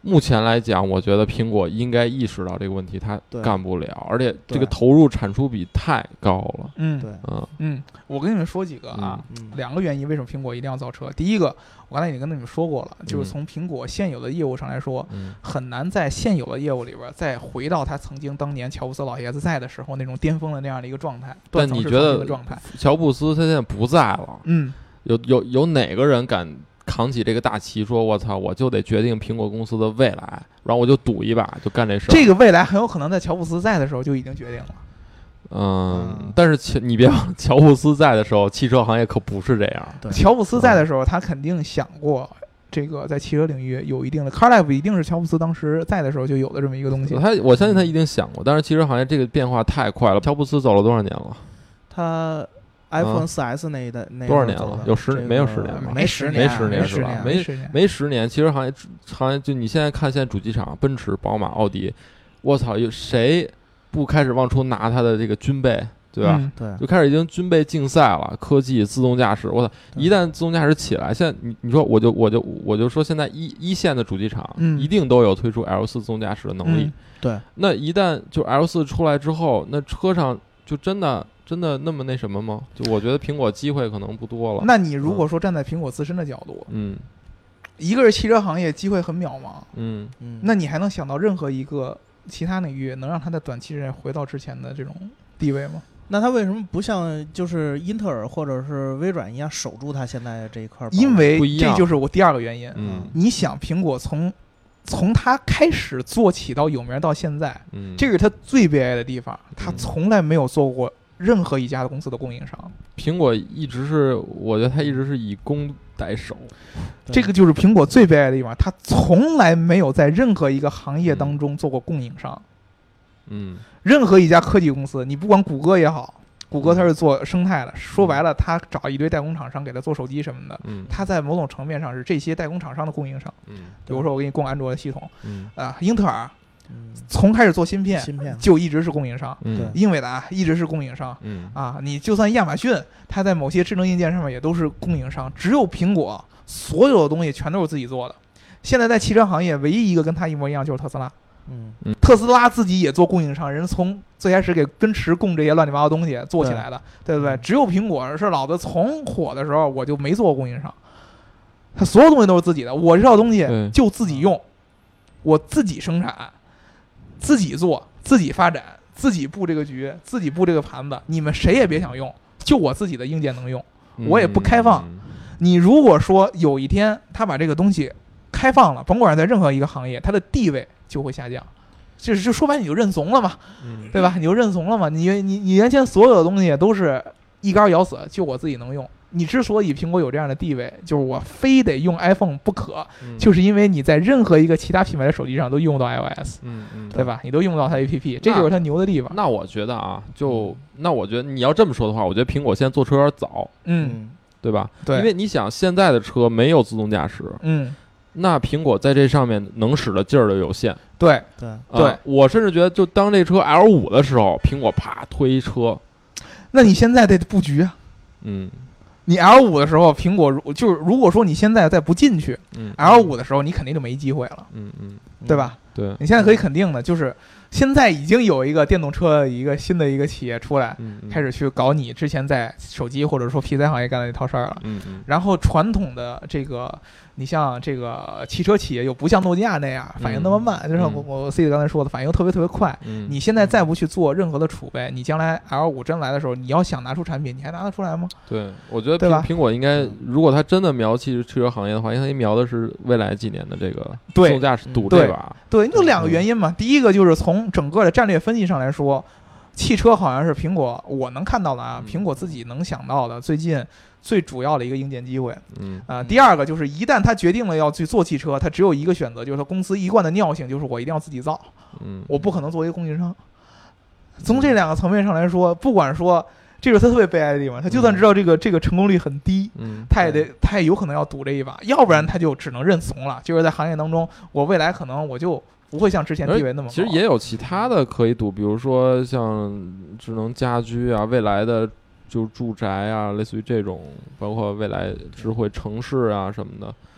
目前来讲，我觉得苹果应该意识到这个问题，它干不了，而且这个投入产出比太高了。 嗯， 对， 嗯嗯，我跟你们说几个啊，嗯、两个原因为什么苹果一定要造车。第一个，我刚才已经跟你们说过了，就是从苹果现有的业务上来说， 嗯、 很难在现有的业务里边再回到他曾经当年乔布斯老爷子在的时候那种巅峰的那样的一个状态。 但你觉得乔布斯他现在不在了？ 嗯， 有有有哪个人敢扛起这个大旗说我操我就得决定苹果公司的未来，然后我就赌一把就干这事儿？ 这个未来很有可能在乔布斯在的时候就已经决定了。 嗯，嗯但是你别忘乔布斯在的时候汽车行业可不是这样。 对，乔布斯在的时候他肯定想过这个在汽车领域有一定的 CarLife 一定是乔布斯当时在的时候就有的这么一个东西。 他我相信他一定想过，但是汽车行业这个变化太快了。乔布斯走了多少年了？ 他iPhone 四 S 那一代、嗯、那多少年了？有十、 这个、 没有十年吧？ 没十年， 没十年是吧？没十年， 没十年。其实行业行业就你现在看现在主机厂，奔驰、宝马、奥迪，我操，有谁不开始往出拿他的这个军备，对吧？ 嗯、 对， 就开始已经军备竞赛了，科技、自动驾驶，我操！一旦自动驾驶起来，现在你你说我就我就我就说现在一一线的主机厂， 嗯、 一定都有推出 L 四自动驾驶的能力。 嗯、对， 那一旦就 L 四出来之后，那车上就真的。真的那么那什么吗？就我觉得苹果机会可能不多了。 那你如果说站在苹果自身的角度， 嗯， 一个是汽车行业机会很渺茫， 嗯嗯， 那你还能想到任何一个其他领域能让它在短期之内回到之前的这种地位吗？ 那它为什么不像就是英特尔或者是微软一样守住它现在这一块？ 因为这就是我第二个原因。 嗯， 你想苹果从从它开始做起到有名到现在， 嗯， 这个是它最悲哀的地方，它从来没有做过任何一家的公司的供应商。 苹果一直是，我觉得它一直是以攻代守， 这个就是苹果最悲哀的地方，它从来没有在任何一个行业当中做过供应商。 嗯， 任何一家科技公司，你不管谷歌也好，谷歌它是做生态的，嗯、说白了，它找一堆代工厂商给它做手机什么的， 嗯， 它在某种层面上是这些代工厂商的供应商。 嗯， 比如说我给你供安卓的系统， 嗯啊，英特尔。从开始做芯片， 芯片就一直是供应商， 嗯， 英伟达一直是供应商， 嗯啊，你就算亚马逊，它在某些智能硬件上面也都是供应商，只有苹果所有的东西全都是自己做的。现在在汽车行业，唯一一个跟它一模一样就是特斯拉， 嗯， 特斯拉自己也做供应商，人从最开始给奔驰供这些乱七八糟东西做起来的，对不对？只有苹果是老子从火的时候我就没做过供应商，它所有东西都是自己的，我这套东西就自己用，我自己生产。自己做，自己发展，自己布这个局，自己布这个盘子，你们谁也别想用，就我自己的硬件能用，我也不开放。 嗯、 你如果说有一天他把这个东西开放了，甭管在任何一个行业，它的地位就会下降，就是就说白你就认怂了嘛， 嗯、 对吧？你就认怂了嘛。你你你原先所有的东西都是一竿咬死，就我自己能用。你之所以苹果有这样的地位，就是我非得用 iPhone 不可， 嗯、 就是因为你在任何一个其他品牌的手机上都用到 iOS， 嗯嗯， 对吧？你都用到它 A P P， 这就是它牛的地方。 那我觉得啊，就那我觉得你要这么说的话，我觉得苹果现在做车有点早， 嗯， 对吧？ 对， 因为你想现在的车没有自动驾驶， 嗯， 那苹果在这上面能使的劲儿就有限。 对对、 啊、 对， 我甚至觉得，就当这车 L 五 的时候，苹果啪推车， 那你现在得布局啊， 嗯。 你 L 五 的时候，苹果如就是如果说你现在再不进去， 嗯 ，L 五 的时候你肯定就没机会了， 嗯嗯， 对吧？ 对， 你现在可以肯定的就是，现在已经有一个电动车一个新的一个企业出来， 嗯嗯、 开始去搞你之前在手机或者说 P C 行业干的那套事儿了， 嗯嗯， 然后传统的这个。你像这个汽车企业又不像诺基亚那样反应那么慢， 嗯、 就像我我 C 刚才说的，反应特别特别快。 嗯， 你现在再不去做任何的储备，你将来 L 五 真来的时候，你要想拿出产品，你还拿得出来吗？ 对，我觉得苹苹果应该，如果它真的瞄汽汽车行业的话，应该瞄的是未来几年的这个自动驾驶赌这把。 对，就两个原因嘛。第一个就是从整个的战略分析上来说，汽车好像是苹果我能看到的啊，苹果自己能想到的最近最主要的一个硬件机会。 嗯啊、呃，第二个就是一旦他决定了要去做汽车，他只有一个选择，就是他公司一贯的尿性，就是我一定要自己造， 嗯， 我不可能作为一个供应商。从这两个层面上来说，不管说这是他特别悲哀的地方，他就算知道这个、嗯、这个成功率很低， 嗯， 他也得他也有可能要赌这一把，要不然他就只能认怂了。就是在行业当中，我未来可能我就不会像之前地位那么高。 其实也有其他的可以赌，比如说像智能家居啊，未来的就住宅啊，类似于这种，包括未来智慧城市啊什么的。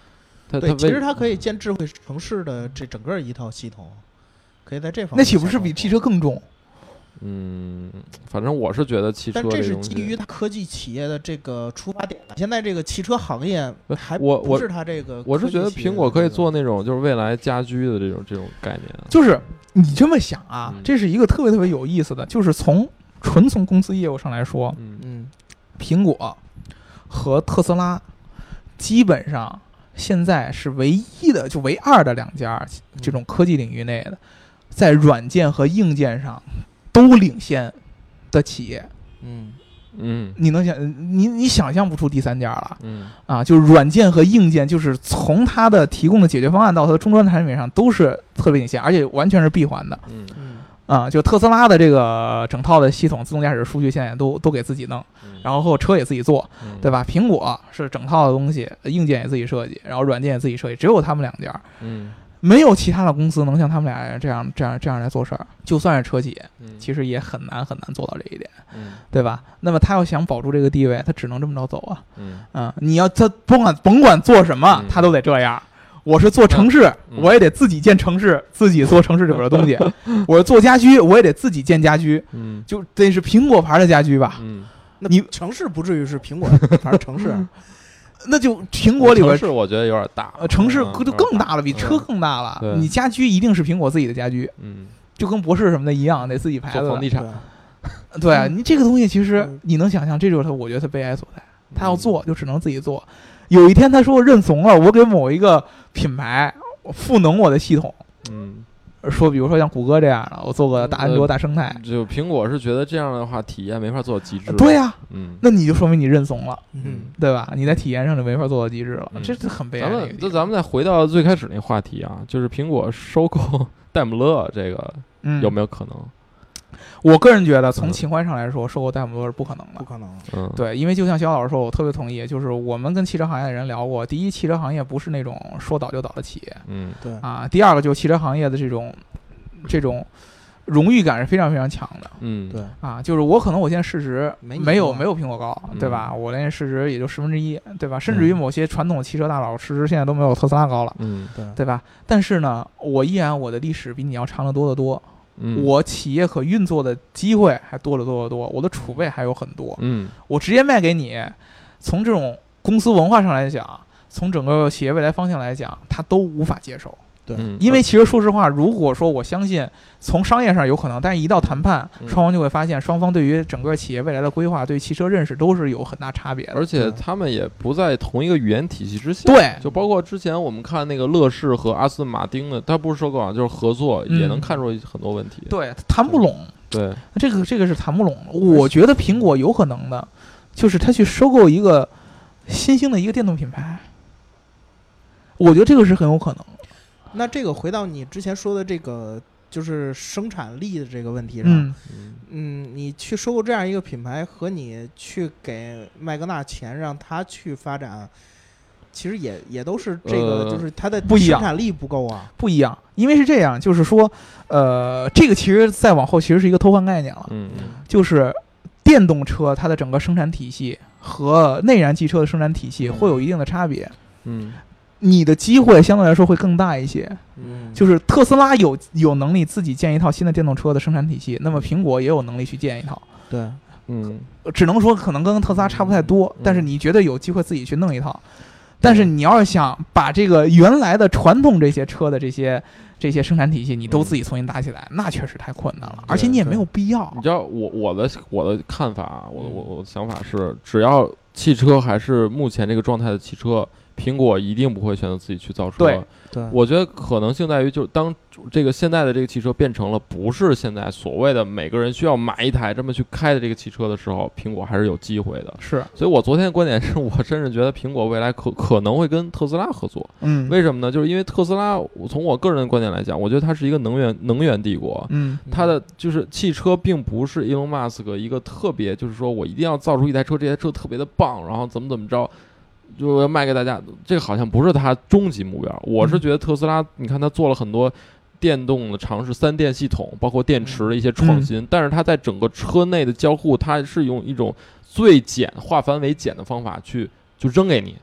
它对，其实它可以建智慧城市的这整个一套系统，可以在这方面。 那岂不是比汽车更重？ 嗯，反正我是觉得汽车， 但这是基于它科技企业的这个出发点的。现在这个汽车行业还不是它这个， 我是觉得苹果可以做那种就是未来家居的这种这种概念。 就是你这么想啊，嗯、这是一个特别特别有意思的，就是从纯从公司业务上来说， 嗯嗯， 苹果和特斯拉基本上现在是唯一的，就唯二的两家这种科技领域内的，在软件和硬件上都领先的企业。 嗯嗯， 你能想你你想象不出第三家了。 嗯啊，就是软件和硬件，就是从它的提供的解决方案到它的终端产品上都是特别领先，而且完全是闭环的。 嗯嗯啊，就特斯拉的这个整套的系统，自动驾驶数据现在都都给自己弄，然后车也自己做， 嗯、 对吧？苹果是整套的东西，硬件也自己设计，然后软件也自己设计，只有他们两家。 嗯。 没有其他的公司能像他们俩这样这样这样来做事儿，就算是车企， 嗯、 其实也很难很难做到这一点， 嗯、 对吧？那么他要想保住这个地位，他只能这么着走啊。 嗯啊，你要他甭管甭管做什么， 嗯、 他都得这样。我是做城市， 嗯、 我也得自己建城市，自己做城市里边的东西。我是做家居，我也得自己建家居， 嗯， 就得是苹果牌的家居吧。 嗯， 你城市不至于是苹果牌城市。 那就苹果里边， 城市我觉得有点大， 呃，城市就更大了，比车更大了。 嗯、 你家居一定是苹果自己的家居， 嗯， 就跟博士什么的一样，得自己牌子。 房地产， 对啊，你这个东西其实你能想象，这就是他，我觉得他悲哀所在。他要做，就只能自己做。有一天他说认怂了，我给某一个品牌赋能我的系统， 嗯。 说，比如说像谷歌这样的，我做个大安卓大生态。 呃、就苹果是觉得这样的话，体验没法做到极致。 对呀、啊， 嗯， 那你就说明你认怂了， 嗯， 对吧？你在体验上就没法做到极致了， 嗯、 这是很悲哀的一个地方。 咱们，咱们再回到最开始那话题啊，就是苹果收购戴姆勒这个， 嗯、 有没有可能？ 我个人觉得，从情怀上来说，收购戴姆勒是不可能的， 不可能。 嗯， 对，因为就像肖老师说，我特别同意，就是我们跟汽车行业的人聊过，第一，汽车行业不是那种说倒就倒的企业， 嗯， 对啊，第二个就是汽车行业的这种。这种荣誉感是非常非常强的， 嗯， 对啊，就是我可能我现在市值没没有没有苹果高， 嗯、 对吧？我连市值也就十分之一，对吧？甚至于某些传统汽车大佬市值现在都没有特斯拉高了， 嗯， 对对吧？但是呢，我依然我的历史比你要长得多得多， 嗯， 我企业可运作的机会还多得多得多，我的储备还有很多， 嗯， 我直接卖给你，从这种公司文化上来讲，从整个企业未来方向来讲，他都无法接受。 对， 因为其实说实话，如果说我相信从商业上有可能，但是一到谈判， 嗯、 双方就会发现双方对于整个企业未来的规划、对汽车认识都是有很大差别的， 而且他们也不在同一个语言体系之下。 对， 就包括之前我们看那个乐视和阿斯顿马丁的，他不是收购啊，就是合作， 嗯、 也能看出很多问题。 对，谈不拢。 对， 这个这个是谈不拢的。我觉得苹果有可能的，就是他去收购一个新兴的一个电动品牌，我觉得这个是很有可能。 那这个回到你之前说的这个，就是生产力的这个问题上， 嗯， 嗯，你去收购这样一个品牌，和你去给麦格纳钱让他去发展，其实也也都是这个， 呃、 就是它的不一样， 生产力不够啊， 不一样。因为是这样，就是说，呃，这个其实再往后其实是一个偷换概念了， 嗯， 就是电动车它的整个生产体系和内燃机车的生产体系会有一定的差别， 嗯。 你的机会相对来说会更大一些， 嗯， 就是特斯拉有有能力自己建一套新的电动车的生产体系，那么苹果也有能力去建一套， 对， 嗯， 只能说可能跟特斯拉差不太多， 嗯、 但是你觉得有机会自己去弄一套，但是你要是想把这个原来的传统这些车的这些这些生产体系你都自己重新搭起来，嗯、那确实太困难了，而且你也没有必要。 你知道我我的我的看法，我我我的想法是，只要汽车还是目前这个状态的汽车，苹果一定不会选择自己去造车。 对， 对， 我觉得可能性在于，就当这个现在的这个汽车变成了不是现在所谓的每个人需要买一台这么去开的这个汽车的时候，苹果还是有机会的。 是， 所以我昨天的观点是我甚至觉得苹果未来可可能会跟特斯拉合作。 嗯， 为什么呢？就是因为特斯拉，从我个人的观点来讲，我觉得它是一个能源能源帝国。 嗯， 它的就是汽车并不是 Elon Musk 一个特别，就是说我一定要造出一台车，这台车特别的棒，然后怎么怎么着。就要卖给大家，这个好像不是他终极目标。我是觉得特斯拉，你看他做了很多电动的尝试，三电系统，包括电池的一些创新，嗯、但是它在整个车内的交互，它是用一种最简化繁为简的方法去就扔给你，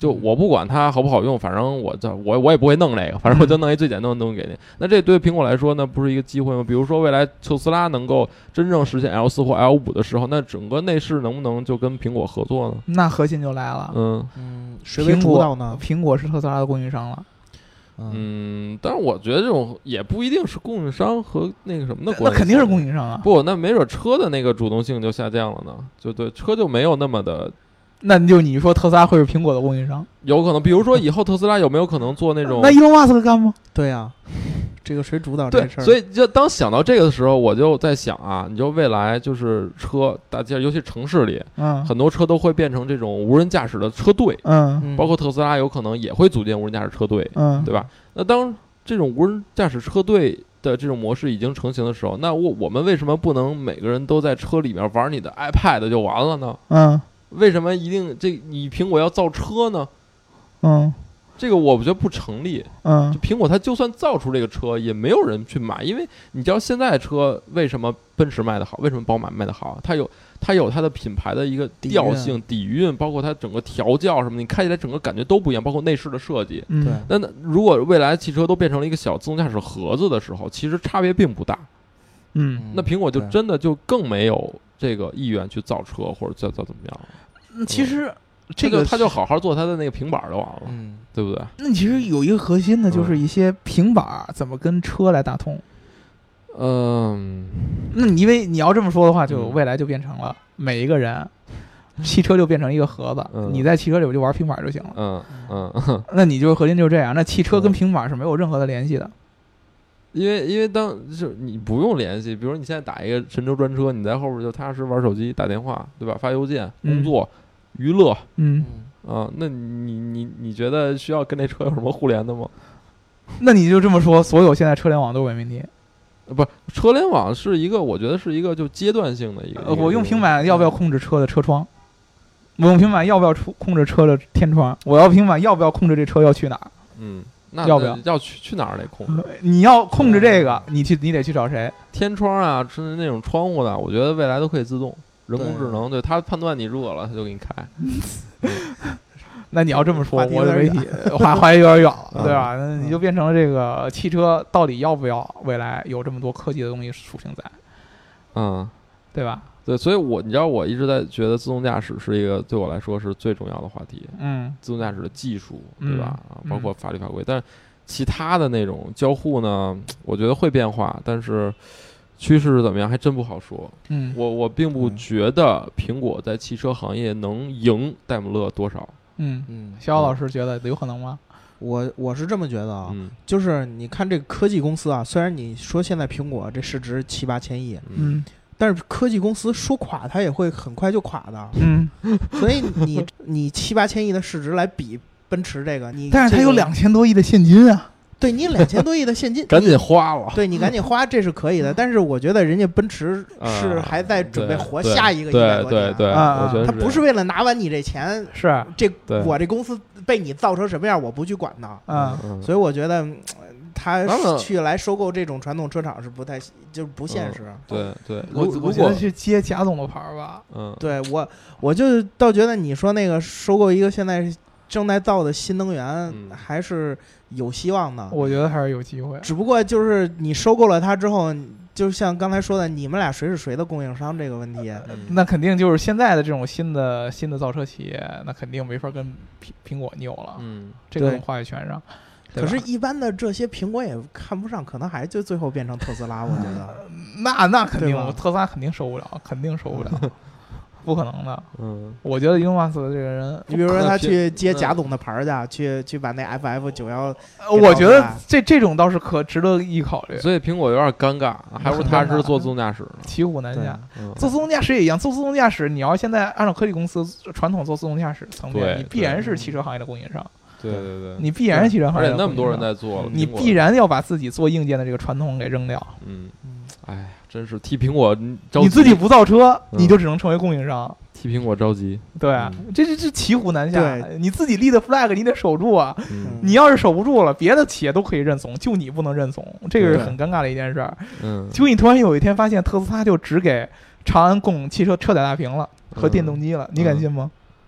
就我不管它好不好用，反正我这我我也不会弄这个，反正我就弄一最简单的东西给你。那这对苹果来说，那不是一个机会吗？比如说未来特斯拉能够真正实现 L 四 或 L 五的时候，那整个内饰能不能就跟苹果合作呢？ 那核心就来了， 嗯嗯，谁为主导呢？ 苹果是特斯拉的供应商了。 嗯，但是我觉得这种也不一定是供应商和那个什么的关系， 那肯定是供应商啊。 不，那没准车的那个主动性就下降了呢，就对，车就没有那么的。 那就你说特斯拉会是苹果的供应商？ 有可能，比如说以后特斯拉有没有可能做那种？ 那伊隆马斯克干吗？ 对呀、啊，这个谁主导这事儿？ 所以就当想到这个的时候，我就在想啊，你就未来就是车，大家尤其城市里， 嗯， 很多车都会变成这种无人驾驶的车队， 嗯， 包括特斯拉有可能也会组建无人驾驶车队， 嗯， 对吧？那当这种无人驾驶车队的这种模式已经成型的时候，那我我们为什么不能每个人都在车里面玩你的 iPad 就完了呢？ 嗯。 为什么一定这你苹果要造车呢？ 嗯， 这个我觉得不成立。 嗯， 就苹果它就算造出这个车，也没有人去买，因为你知道现在车为什么奔驰卖得好，为什么宝马卖得好？它有它有它的品牌的一个调性、底蕴，包括它整个调教什么的，你开起来整个感觉都不一样，包括内饰的设计。 嗯， 那那如果未来汽车都变成了一个小自动驾驶盒子的时候，其实差别并不大。 嗯， 那苹果就真的就更没有这个意愿去造车或者造造怎么样了。 其实这个他就好好做他的那个平板就完了， 嗯， 对不对？ 那其实有一个核心的就是一些平板怎么跟车来打通。 嗯， 那你因为你要这么说的话，就未来就变成了每一个人，汽车就变成一个盒子， 嗯、 你在汽车里边就玩平板就行了。 嗯嗯， 那你就是核心就是这样。那汽车跟平板是没有任何的联系的。 因为因为当就你不用联系，比如你现在打一个神州专车，你在后边就踏实玩手机、打电话，对吧？发邮件、工作、嗯、娱乐， 嗯啊，那你你你觉得需要跟这车有什么互联的吗？ 那你就这么说，所有现在车联网都是伪命题？ 呃，不，车联网是一个，我觉得是一个就阶段性的一个。 呃，我用平板要不要控制车的车窗？我用平板要不要控制车的天窗？我要平板要不要控制这车要去哪儿？ 嗯。那要不要要去去哪儿得控制？ 你要控制这个，你去你得去找谁？ 天窗啊，是那种窗户的，我觉得未来都可以自动，人工智能，对它判断你热了，它就给你开。 那你要这么说，我的媒体话话有点远了，对吧？那你就变成了这个汽车到底要不要未来有这么多科技的东西属性在？ 嗯， 对吧？ 对，所以我你知道，我一直在觉得自动驾驶是一个对我来说是最重要的话题。 嗯， 自动驾驶的技术，对吧？ 嗯、 包括法律法规，但是其他的那种交互呢，我觉得会变化，但是趋势是怎么样，还真不好说。 嗯， 我我并不觉得苹果在汽车行业能赢戴姆勒多少。 嗯嗯，肖老师觉得有可能吗？ 我我是这么觉得啊， 嗯、 就是你看这个科技公司啊，虽然你说现在苹果这市值七八千亿， 嗯。 但是科技公司说垮它也会很快就垮的， 嗯， 所以你你七八千亿的市值来比奔驰这个，你但是它有两千多亿的现金啊， 对你两千多亿的现金， 赶紧花了， 对你赶紧花这是可以的，但是我觉得人家奔驰是还在准备活下一个一百多年， 对对对，我觉得他不是为了拿完你这钱， 是这我这公司被你造成什么样，我不去管它， 嗯， 所以我觉得。他去来收购这种传统车厂是不太，就是不现实。 嗯、对对， 我我觉得去接贾总的牌儿吧。 嗯， 对我我就倒觉得你说那个收购一个现在正在造的新能源， 嗯、 还是有希望的。 我觉得还是有机会。 只不过就是你收购了它之后，就像刚才说的，你们俩谁是谁的供应商这个问题， 嗯、 那肯定就是现在的这种新的新的造车企业，那肯定没法跟苹苹果拗了。 嗯， 这个话语权上。 可是，一般的这些苹果也看不上，可能还就最后变成特斯拉。我觉得， 那那肯定，特斯拉肯定受不了，肯定受不了，不可能的。 嗯， 我觉得伊隆马斯克这个人， 你比如说他去接贾总的牌儿去，去去把那 F F 九幺， 我觉得这这种倒是可值得一考虑。 所以苹果有点尴尬，还不如踏实做自动驾驶呢， 骑虎难下。 嗯、 做自动驾驶也一样，做自动驾驶，你要现在按照科技公司传统做自动驾驶层面，你必然是汽车行业的供应商。 对对对， 你必然是汽车行业， 而且那么多人在做了， 你必然要把自己做硬件的这个传统给扔掉。 嗯，哎，真是替苹果着急。 你自己不造车，你就只能成为供应商。 替苹果着急。 对啊，这这这骑虎难下。你自己立的 flag 你得守住啊。 嗯、 你要是守不住了，别的企业都可以认怂，就你不能认怂，这个是很尴尬的一件事儿。 嗯， 结果你突然有一天发现特斯拉就只给长安供汽车车载大屏了和电动机了，你敢信吗？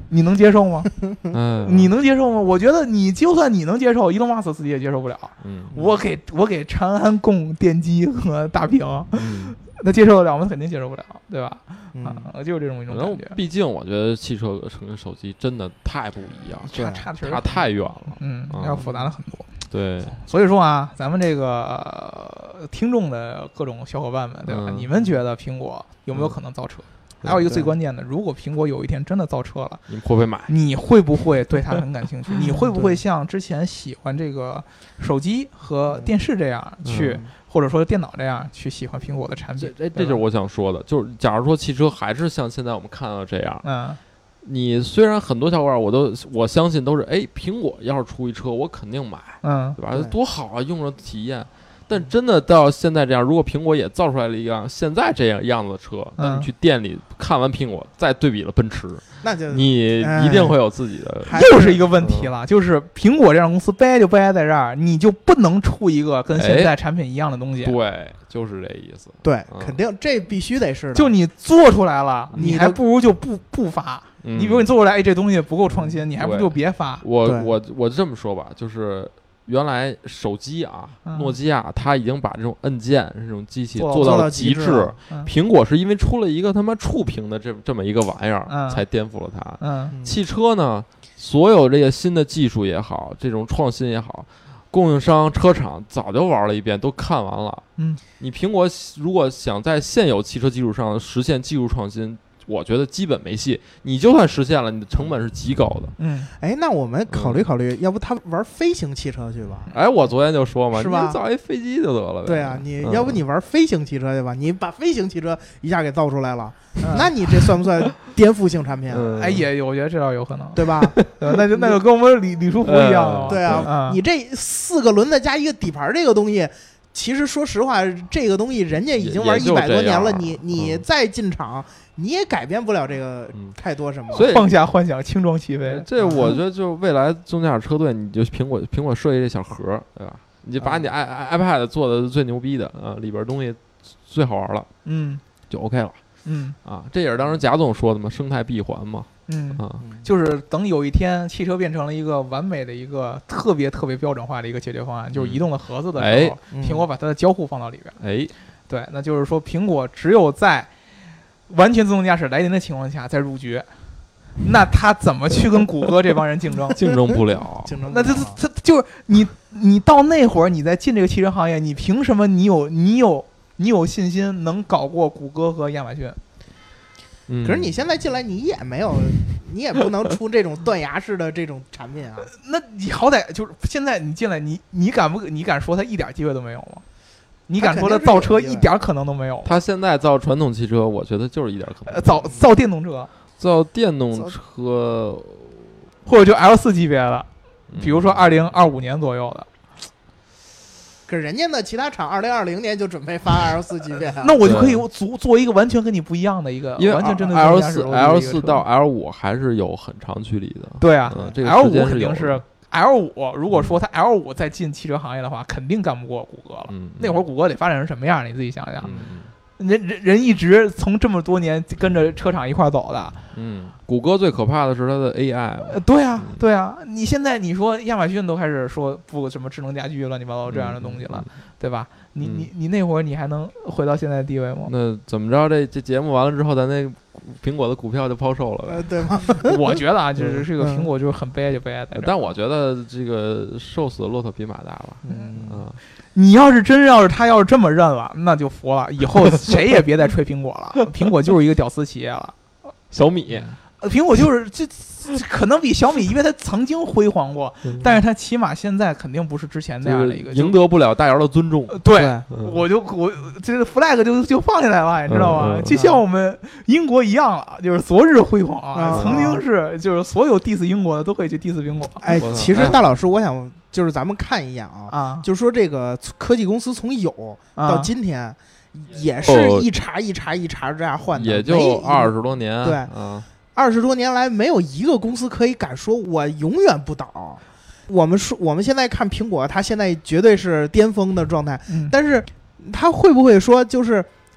你能接受吗？ 嗯， 你能接受吗？我觉得你就算你能接受，伊隆马斯克自己也接受不了。 嗯， 我给我给长安供电机和大屏， 嗯， 那接受得了吗？肯定接受不了，对吧？ 嗯、 啊，就是这种一种感觉。 毕竟我觉得汽车跟手机真的太不一样， 差差差太远了， 嗯，要复杂了很多。 对， 所以说啊，咱们这个、呃、听众的各种小伙伴们，对吧？嗯、你们觉得苹果有没有可能造车？嗯、还有一个最关键的，如果苹果有一天真的造车了， 你会不会买？ 你会不会对它很感兴趣？你会不会像之前喜欢这个手机和电视这样去，嗯、或者说电脑这样去喜欢苹果的产品？ 这这就是我想说的，就是假如说汽车还是像现在我们看到这样， 嗯。 你虽然很多小伙伴我都我相信都是哎，苹果要是出一车我肯定买， 嗯， 对吧？对多好啊，用着体验。但真的到现在这样，如果苹果也造出来了一辆现在这样样子的车，那、嗯、你去店里看完苹果，再对比了奔驰， 那就你一定会有自己的。 哎、又是一个问题了，嗯、就是苹果这样公司悲哀就悲哀在这儿，你就不能出一个跟现在产品一样的东西。 哎、对，就是这意思。 对， 嗯、 肯定这必须得是的。 就你做出来了，你还不如就不不发。 嗯、 你比如你做出来，哎，这东西不够创新，你还不如就别发。 我我我这么说吧，就是原来手机啊， 嗯、 诺基亚它已经把这种按键这种机器做到了极致。 致。嗯、苹果是因为出了一个他妈触屏的这这么一个玩意儿， 嗯、 才颠覆了它。 嗯， 汽车呢，所有这些新的技术也好，这种创新也好，供应商、车厂早就玩了一遍，都看完了。 嗯， 你苹果如果想在现有汽车基础上实现技术创新，我觉得基本没戏。你就算实现了，你的成本是极高的。 嗯， 哎，那我们考虑考虑，嗯、要不他玩飞行汽车去吧？ 哎，我昨天就说嘛， 是吧？ 你造一飞机就得了呗。 对啊，你、嗯、要不你玩飞行汽车去吧？你把飞行汽车一下给造出来了，嗯、那你这算不算颠覆性产品啊？ 嗯、哎，也我觉得这倒有可能， 对吧？ 对那就那就跟我们李李书福一样了。 嗯、对啊， 嗯、 你这四个轮子加一个底盘这个东西。其实说实话，这个东西人家已经玩一百多年了，你你再进场，嗯、你也改变不了这个太多什么。 所以放下幻想，轻装起飞。 这我觉得就未来中驾驶车队，你就苹果苹果设计这小盒，对吧？你就把你 i、嗯、iPad 做的最牛逼的啊，里边东西最好玩了， 嗯， 就 OK 了， 嗯啊，这也是当时贾总说的嘛，生态闭环嘛。 嗯啊， 就是等有一天汽车变成了一个完美的一个特别特别标准化的一个解决方案，嗯、就是移动的盒子的时候， 哎、 苹果把它的交互放到里边。 哎， 对，那就是说苹果只有在完全自动驾驶来临的情况下再入局，那他怎么去跟谷歌这帮人竞争？ 竞争不了， 竞争不了。 那这这就是你你到那会儿你再进这个汽车行业，你凭什么你有你有你有信心能搞过谷歌和亚马逊？ 嗯、 可是你现在进来，你也没有，你也不能出这种断崖式的这种产品啊。 那你好歹就是现在你进来，你你敢不你敢说他一点机会都没有吗？你敢说他造车一点可能都没有？ 他现在造传统汽车，我觉得就是一点可能。 呃、造造电动车， 造电动车， 或者就 L 四级别的，比如说二零二五年左右的。 可是人家呢，其他厂二零二零年就准备发 L 四级别、啊， 那我就可以做做一个完全跟你不一样的一个， 因为完全针对 L 四 L 四到 L 五还是有很长距离的。 对啊， 嗯、这个 L 五是肯定是 L 五。如果说它 L 五再进汽车行业的话，肯定干不过谷歌了。 嗯、 那会儿谷歌得发展成什么样？你自己想想。 嗯人人人一直从这么多年跟着车厂一块走的， 嗯，谷歌最可怕的是它的 A I。 呃、对啊，对啊，你现在你说亚马逊都开始说不什么智能家居乱七八糟这样的东西了， 嗯、 对吧？你、 嗯、 你你那会儿你还能回到现在的地位吗？ 那怎么着？这这节目完了之后，咱那苹果的股票就抛售了呗， 呃、对吗？ 我觉得啊，就是这个苹果就是很悲哀就悲哀在这儿。 但我觉得这个瘦死的骆驼比马大吧。 嗯啊。 你要是真要是他要是这么认了，那就服了。以后谁也别再吹苹果了，苹果就是一个屌丝企业了。 小米， 呃、苹果就是这可能比小米，因为它曾经辉煌过，嗯、但是它起码现在肯定不是之前那样的一个， 赢得不了大姚的尊重。 呃、对， 嗯、 我就我这个 flag 就就放下来了，你知道吗？ 嗯嗯、 就像我们英国一样了，就是昨日辉煌啊， 嗯、 曾经是就是所有 diss 英国的都可以去 diss 苹果。 哎，其实大老师，我想。就是咱们看一眼啊， 啊， 就是说这个科技公司从有到今天， 啊、 也是一茬一茬一茬这样换的， 也就二十多年， 对， 嗯， 二十多年来没有一个公司可以敢说我永远不倒。我们说我们现在看苹果，它现在绝对是巅峰的状态， 嗯、 但是它会不会说就是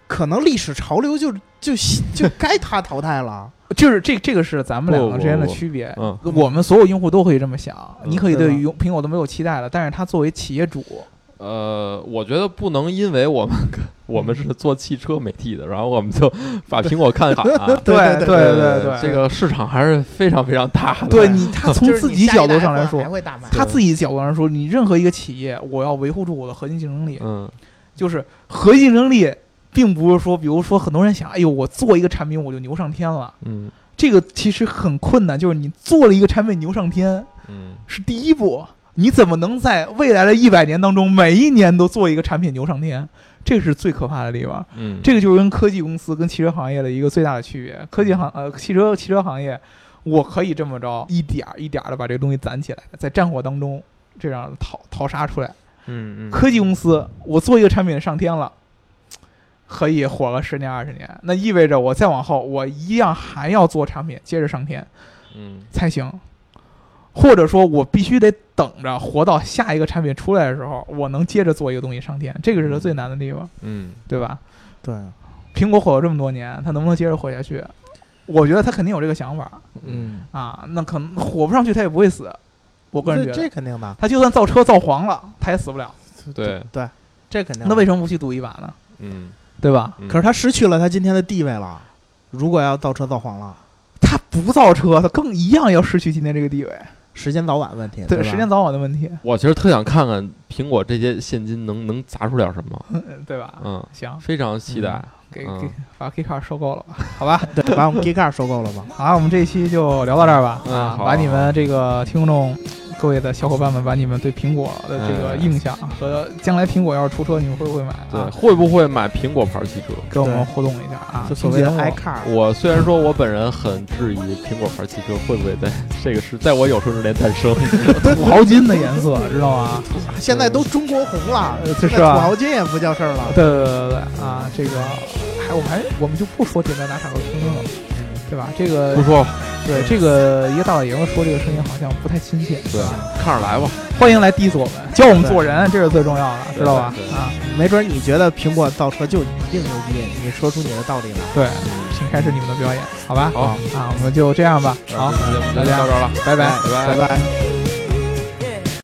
可能历史潮流就就就该它淘汰了。 就是这这个是咱们两个之间的区别。 嗯， 我们所有用户都可以这么想， 嗯、 你可以对用苹果都没有期待了，但是它作为企业主， 呃，我觉得不能因为我们我们是做汽车媒体的，然后我们就把苹果看好、啊。 对对对对对，这个市场还是非常非常大的。 对你，他从自己角度上来说，他自己角度上说，你任何一个企业，我要维护住我的核心竞争力。 嗯， 就是核心竞争力。并不是说，比如说很多人想，哎呦，我做一个产品我就牛上天了， 嗯， 这个其实很困难。就是你做了一个产品牛上天， 嗯， 是第一步，你怎么能在未来的一百年当中每一年都做一个产品牛上天？这是最可怕的地方。 嗯， 这个就是跟科技公司跟汽车行业的一个最大的区别。科技行呃汽车汽车行业，我可以这么着一点一点的把这个东西攒起来，在战火当中这样淘淘沙出来。 嗯嗯， 科技公司，我做一个产品上天了。可以火个十年二十年，那意味着我再往后，我一样还要做产品，接着上天， 嗯， 才行。或者说我必须得等着活到下一个产品出来的时候，我能接着做一个东西上天，这个是它最难的地方， 嗯， 对吧？ 对， 苹果火了这么多年，它能不能接着火下去？我觉得它肯定有这个想法， 嗯啊，那可能火不上去，它也不会死。我个人觉得这肯定的， 它就算造车造黄了，它也死不了。 对对，这肯定。 那为什么不去赌一把呢？ 嗯。 对吧、 嗯？可是他失去了他今天的地位了。如果要造车造黄了， 他不造车，他更一样要失去今天这个地位。 时间早晚问题， 对，时间早晚的问题。 我其实特想看看苹果这些现金能能砸出点什么， 对吧？ 嗯， 行， 非常期待。 嗯、给给把 Geekcar 收购了吧？好吧， 对，把我们 Geekcar 收购了吧？ 好，我们这一期就聊到这儿吧。 嗯， 啊，把你们这个听众。各位的小伙伴们，把你们对苹果的这个印象和将来苹果要是出车，你们会不会买？ 对，会不会买苹果牌汽车？ 跟我们互动一下啊！ 就所谓的 iCar。 我虽然说我本人很质疑苹果牌汽车会不会在这个是在我有生之年诞生， 土豪金的颜色，知道吗？ 现在都中国红了， 这是吧？ 土豪金也不叫事儿了。 对对对对啊！这个还我们还我们就不说简单打赏和声音了，对吧？这个不说了。 对，这个一个大老爷们说这个声音好像不太亲切。 对，看着来吧。 欢迎来 diss 我们，教我们做人，这是最重要的，知道吧？啊， 没准你觉得苹果造车就一定牛逼，你说出你的道理来。 对，请开始你们的表演，好吧？ 好啊，我们就这样吧。好， 大家到这儿了， 拜拜， 拜拜。